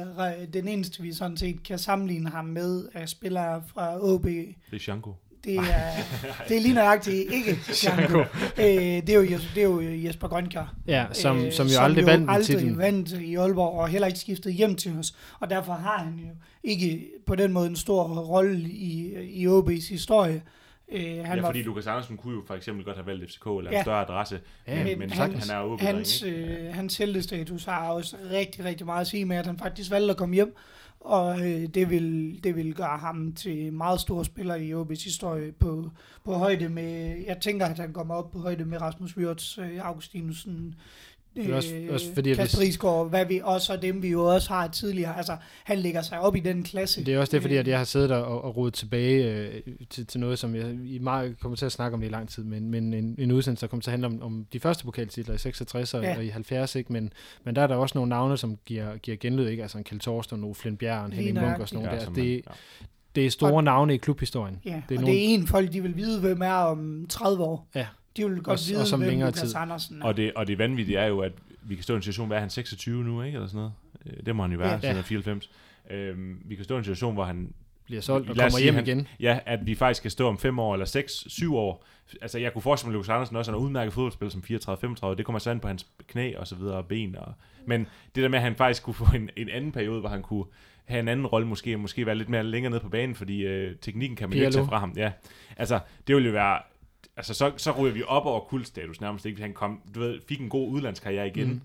Den eneste, vi sådan set kan sammenligne ham med, er spillere fra O B. Det er Sjanko. Det er, det er lige nøjagtigt ikke Sjanko. øh, det, er jo, det er jo Jesper Grønkjær. Ja, som, øh, som jo som aldrig jo vandt aldrig titlen. vandt i Aalborg, og heller ikke skiftet hjem til os. Og derfor har han jo ikke på den måde en stor rolle i, i O B's historie. Øh, han ja, var, fordi Lukas Andersen kunne jo for eksempel godt have valgt F C K eller ja. en større adresse, ja, men, men han, han er jo hans, øh, hans heltestatus har også rigtig, rigtig meget at sige med, at han faktisk valgte at komme hjem, og øh, det, vil, det vil gøre ham til meget store spiller i O B's historie på, på højde med, jeg tænker, at han kommer op på højde med Rasmus Wirtz, øh, Augustinusen, Øh, også, også fordi, Kasper Risgaard, hvad vi også, og dem vi jo også har tidligere, altså han lægger sig op i den klasse. Det er også det, fordi at jeg har siddet og, og rodet tilbage øh, til, til noget, som jeg i meget kommer til at snakke om det i lang tid, men, men en, en udsendelse, der kommer til at handle om, om de første pokaltitler i seksogtres og, ja. og i halvfjerds, ikke? Men, men der er der også nogle navne, som giver, giver genlyd, ikke? Altså en Kjeld Thorsten, en Flint Bjerg, en Henning Munk og sådan nogle ja, der. Det, ja. det er store og, navne i klubhistorien. Ja, det er og nogle... det er en folk, de vil vide, hvem er om tredive år. Ja. De vil godt også, vide, også hvem Lukas tid. Andersen er. Og det, og det vanvittige er jo, at vi kan stå i en situation, hvor er han seksogtyve nu, ikke? Eller sådan noget. Det må han jo være, ja. Siden fireoghalvfems. Øhm, vi kan stå i en situation, hvor han bliver solgt og kommer sige, hjem han, igen. Ja, at vi faktisk skal stå om fem år, eller seks, syv år. Altså, jeg kunne forestille mig, at Lukas Andersen også er en udmærket fodboldspiller som fireogtredive femogtredive. Det kommer så an på hans knæ og så videre, og ben. Og, men det der med, at han faktisk kunne få en, en anden periode, hvor han kunne have en anden rolle, måske, måske være lidt mere længere ned på banen, fordi øh, teknikken kan man jo ikke tage fra ham. Ja. Altså, det ville jo være... Altså, så, så ryger vi op over kultstatus nærmest, ikke? Han kom, du ved, fik en god udlandskarriere igen.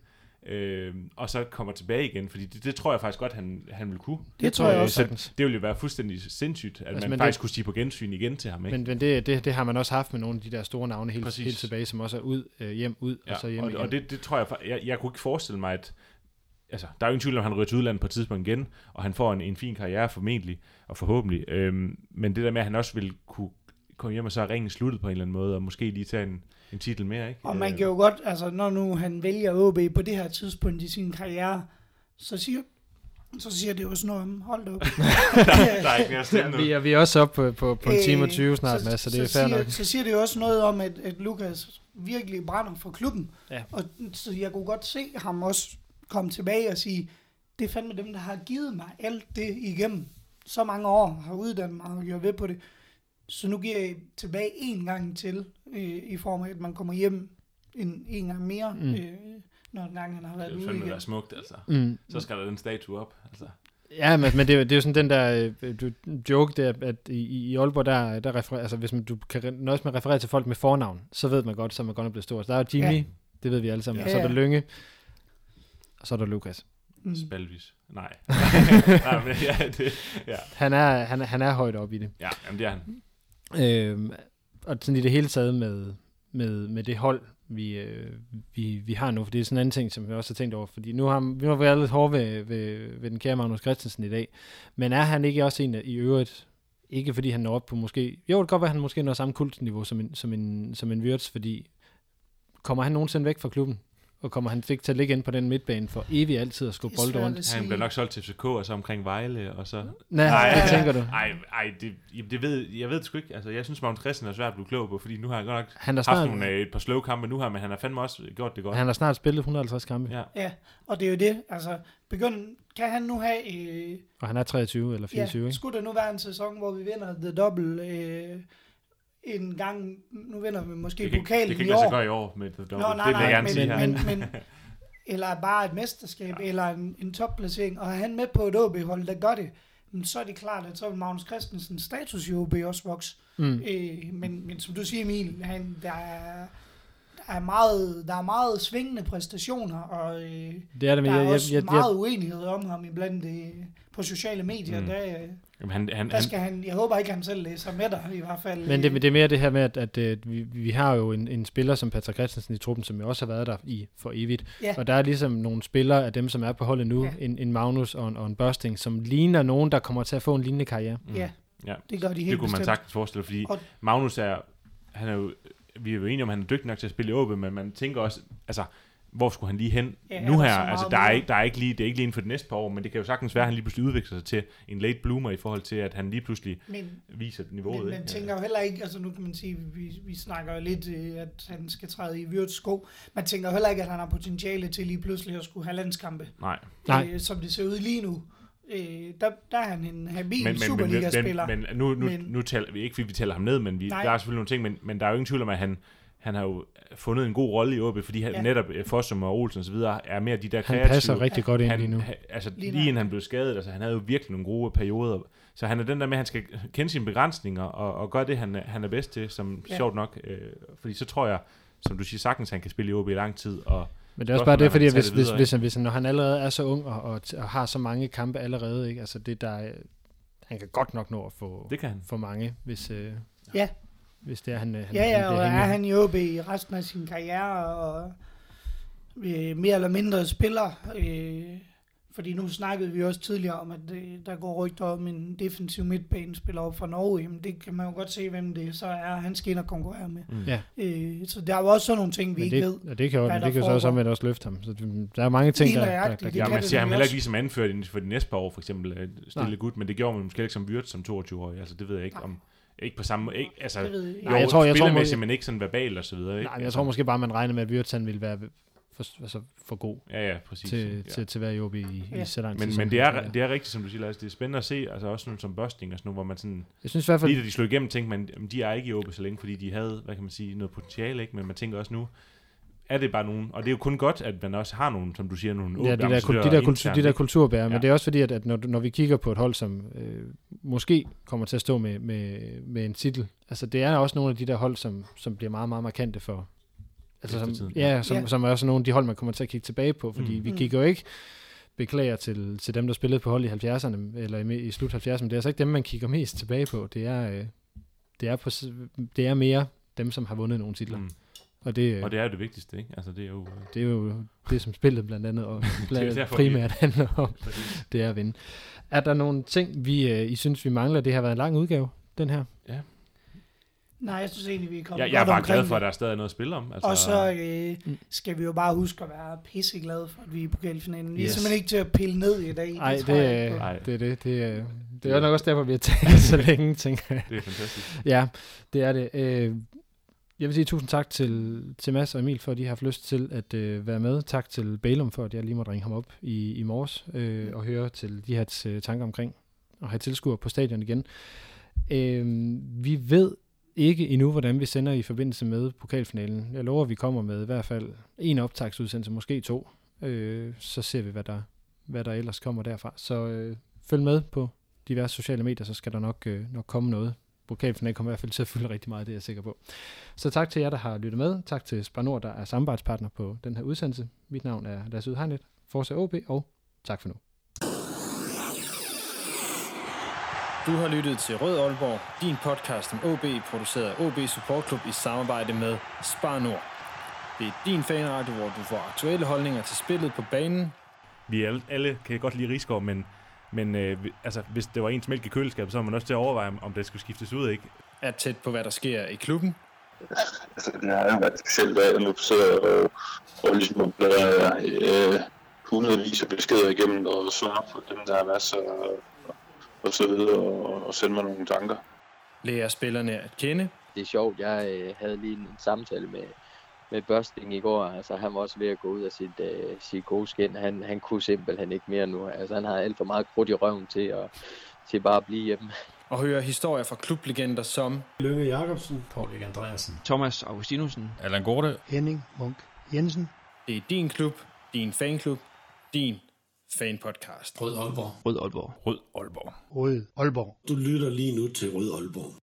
øh, og så kommer tilbage igen, fordi det, det tror jeg faktisk godt, han, han vil kunne. Det, det tror jeg også. Så det ville jo være fuldstændig sindssygt, at altså, man faktisk det, kunne sige på gensyn igen til ham. Ikke? Men, men det, det, det har man også haft med nogle af de der store navne helt, helt tilbage, som også er ud, øh, hjem, ud, ja, og så hjem og, igen. Og det, det tror jeg, jeg, jeg kunne ikke forestille mig, at altså, der er jo ingen tvivl om, at han ryger til udlandet på et tidspunkt igen, og han får en, en fin karriere formentlig, og forhåbentlig. Øhm, men det der med, at han også vil kunne komme hjem og så er ringen sluttet på en eller anden måde, og måske lige tage en, en titel mere, ikke? Og man kan jo godt, altså når nu han vælger O B på det her tidspunkt i sin karriere, så siger, så siger det jo sådan noget om, hold da op. der, der er ikke mere stemme nu. Ja, vi, er, vi er også oppe på, på, på en time og tyve snart, så, Mads, så det er fair siger, nok. Så siger det jo også noget om, at, at Lukas virkelig brænder for klubben. Ja. Og så jeg kunne godt se ham også komme tilbage og sige, det er fandme dem, der har givet mig alt det igennem så mange år, har uddannet mig og gjort ved på det. Så nu giver jeg tilbage en gang til, øh, i form af, at man kommer hjem en, en gang mere, mm. øh, når en gang han har været ude igen. Det er fandme være smukt, altså. Mm. Så skal der den statue op, altså. Ja, men, men det, er, det er jo sådan den der øh, joke, der, at i, i Aalborg, der, der referer, altså hvis man, du kan nøjes med at referere til folk med fornavn, så ved man godt, så er man godt blevet stor. Så der er Jimmy, ja. Det ved vi alle sammen, ja, og så er der Lynge, og så er der Lukas. Mm. Spalvis. Nej. Nej, men ja, det, ja. Han er, han, han er højt op i det. Ja, jamen det er han. Øhm, og sådan i det hele taget med, med, med det hold, vi, øh, vi, vi har nu, for det er sådan en anden ting, som vi også har tænkt over, fordi nu har vi har været lidt hårde ved, ved, ved den kære Magnus Christensen i dag, men er han ikke også en af, i øvrigt, ikke fordi han når op på måske, jo det kan godt være, at han måske når samme kultniveau som en, som en, som en Wirtz, fordi kommer han nogensinde væk fra klubben? Og kommer han fik til at ligge ind på den midtbane for evigt altid at skubbe bolde rundt. Han bliver nok solgt til F C K, og så omkring Vejle, og så... Nej, nej, det tænker du? Nej, ej, det, det ved, jeg ved det sgu ikke. Altså, jeg synes, Magnus Christensen er svært at blive klog på, fordi nu har han godt nok han haft snart, nogle, et par slow kampe nu her, men han har fandme også gjort det godt. Han har snart spillet et hundrede og halvtreds kampe. Ja, ja, og det er jo det. Altså, begynd, kan han nu have... Øh, og han er treogtyve eller fireogtyve, ja, ikke? Skulle der nu være en sæson, hvor vi vinder The Double... Øh, en gang, nu vinder vi måske det kan, pokalen i år. Det kan ikke lade sig gøre i år med The Double. Nå, nej, det vil jeg gerne men, sige men, her. Men, men, eller bare et mesterskab, ja. Eller en, en topplacering, og er han med på et O B-hold, der gør det, så er det klart, at så vil Magnus Christensens status i O B også vokse. Mm. Øh, men, men som du siger, Emil, han, der, er, der, er meget, der er meget svingende præstationer, og øh, det er det, der er jeg, også jeg, jeg, meget jeg, uenighed om ham iblandt øh, på sociale medier. Mm. Der, Jamen, han, han, der skal han, jeg håber ikke, han selv læser med dig i hvert fald. Men det, det er mere det her med, at, at, at vi, vi har jo en, en spiller som Patrick Christensen i truppen, som jo også har været der i for evigt. Ja. Og der er ligesom nogle spillere af dem, som er på holdet nu, ja. en, en Magnus og en, og en Børsting, som ligner nogen, der kommer til at få en lignende karriere. Mm. Ja, ja, det gør de helt Det kunne bestemt. man sagtens forestille, fordi og Magnus er, han er jo, vi er jo enige om, han er dygtig nok til at spille i O B, men man tænker også, altså, hvor skulle han lige hen ja, nu her? Altså, der er, ikke, der er ikke lige, det er ikke lige inden for det næste par år, men det kan jo sagtens være, at han lige pludselig udvikler sig til en late bloomer i forhold til, at han lige pludselig men, viser niveauet. Men man ikke? tænker jo heller ikke, altså nu kan man sige, vi, vi snakker jo lidt, at han skal træde i Wirtz sko. Man tænker jo heller ikke, at han har potentiale til lige pludselig at skulle have landskampe. Nej. Øh, som det ser ud lige nu. Øh, der, der er han en habil Superliga-spiller. Men, men, men nu, nu, men, nu taler vi ikke, fordi vi tæller ham ned, men vi, der er selvfølgelig nogle ting, men, men der er jo ingen tvivl om, at han han har jo fundet en god rolle i O B, fordi han, ja. netop Fossum og Olsen og så videre er mere de der kreative. Han passer rigtig godt ind han, lige nu. Han, altså lige, lige inden han blev skadet, altså han havde jo virkelig nogle gode perioder. Så han er den der med, at han skal kende sine begrænsninger og, og gøre det, han, han er bedst til, som ja. sjovt nok. Øh, fordi så tror jeg, som du siger, sagtens han kan spille i O B i lang tid. Og men det er også bare det, fordi hvis, hvis, hvis, han, hvis han, når han allerede er så ung og, og, og har så mange kampe allerede, ikke? Altså det der, han kan godt nok nå at få, det kan han. få mange, hvis... Øh, ja. Hvis det er, han, han, ja, ja, han og er han i O B i resten af sin karriere, og øh, mere eller mindre spiller. Øh, fordi nu snakkede vi også tidligere om, at øh, der går rygter om en defensiv midtbanespiller op fra Norge. Jamen, det kan man jo godt se, hvem det så er, han skal ind og konkurrere med. Mm. Ja. Øh, så der er jo også sådan nogle ting, vi men ikke det, ved. Ja, det kan jo, det kan så også med også løfte ham. Så der er mange ting, der, der, der ja, man siger ham heller ikke ligesom anført for de næste par år, for eksempel stille gut, men det gjorde man måske ikke som Wirtz som toogtyve-årig. Altså, det ved jeg ikke om... Ikke på samme ikke, altså jo, nej, jeg tror jeg tror måske men ikke sådan verbal og så videre, ikke? Nej, jeg tror måske bare man regner med at Wirtz ville være for, altså for god. Ja, ja, præcis. Til ja. til til at være i O B i, ja. i så lang tid. Men men det er det er rigtigt som du siger, Lars, det er spændende at se, altså også nogle som Børsting og sådan noget, hvor man sådan jeg synes i hvert fald lige da de slog igennem tænkte man, de er ikke i O B så længe, fordi de havde, hvad kan man sige, noget potentiale, ikke? Men man tænker også nu er det bare nogen, og det er jo kun godt, at man også har nogen, som du siger, nogle ja, de der, de der, kultur, de der kulturbærer, ja. Men det er også fordi, at, at når, når vi kigger på et hold, som øh, måske kommer til at stå med, med, med en titel, altså det er også nogle af de der hold, som, som bliver meget, meget markante for, Altså, som, ja, som, ja. som er også nogle af de hold, man kommer til at kigge tilbage på, fordi mm. vi kigger jo ikke beklager til, til dem, der spillede på hold i halvfjerdserne, eller i, i slut halvfjerdserne, det er altså ikke dem, man kigger mest tilbage på. Det er, øh, det er, på, det er mere dem, som har vundet nogle titler. Mm. Og, det, og det er jo det vigtigste, ikke? Altså, det er jo, det er jo det, som spillet blandt andet og blandt andet primært handler om. Det er at vinde. Er der nogle ting, vi øh, I synes, vi mangler? Det har været en lang udgave, den her. Ja. Nej, jeg synes egentlig, vi er kommet jeg, jeg er bare glad for, at der er stadig noget at spille om. Altså, og så øh, mm. skal vi jo bare huske at være pisseglade for, at vi er i pokalfinalen. Vi yes. er simpelthen ikke til at pille ned i dag. Nej, det, det, det, det er det. Det er, det er nok også derfor, vi har talt så længe, tænker jeg. Det er fantastisk. Ja, det er det. Øh, jeg vil sige tusind tak til, til Mads og Emil, for at de har haft lyst til at øh, være med. Tak til Bælum, for at jeg lige måtte ringe ham op i, i morges øh, og høre til de her øh, tanker omkring at have tilskuere på stadion igen. Øh, vi ved ikke endnu, hvordan vi sender i forbindelse med pokalfinalen. Jeg lover, at vi kommer med i hvert fald en optagsudsendelse, måske to. Øh, så ser vi, hvad der, hvad der ellers kommer derfra. Så øh, følg med på diverse sociale medier, så skal der nok, øh, nok komme noget. Pokalfinalen kommer i hvert fald til at fylde rigtig meget, det er jeg sikker på. Så tak til jer, der har lyttet med. Tak til Spar Nord, der er samarbejdspartner på den her udsendelse. Mit navn er Lasse Udhegnet, Forza O B, og tak for nu. Du har lyttet til Rød Aalborg, din podcast om O B, produceret af O B Support Club i samarbejde med Spar Nord. Det er din fanradio, hvor du får aktuelle holdninger til spillet på banen. Vi alle, alle kan godt lide Risgaard, men, men øh, altså, hvis det var ens mælk i køleskabet, så var man også til at overveje, om det skulle skiftes ud, ikke? Er tæt på, hvad der sker i klubben. Altså, det har jo været specielt, at jeg nu sidder og, og ligesom bladrer øh, hundredvis af beskeder igennem og svarer på dem, der har været så... og så videre, og, og sende mig nogle tanker. Lærer spillerne at kende. Det er sjovt, jeg øh, havde lige en, en samtale med, med Børsting i går. Altså, han var også ved at gå ud af sit, øh, sit gode skin. Han, han kunne simpelthen ikke mere nu. Altså, han har alt for meget krudt i røven til at, til bare at blive hjemme. Og høre historier fra klublegender som Lønge Jacobsen, Paul Andreasen, Thomas Augustinussen, Allan Gorte, Henning Munk Jensen. Det er din klub, din fanklub, din fanpodcast. Rød Aalborg. Rød Aalborg. Rød Aalborg. Rød Aalborg. Du lytter lige nu til Rød Aalborg.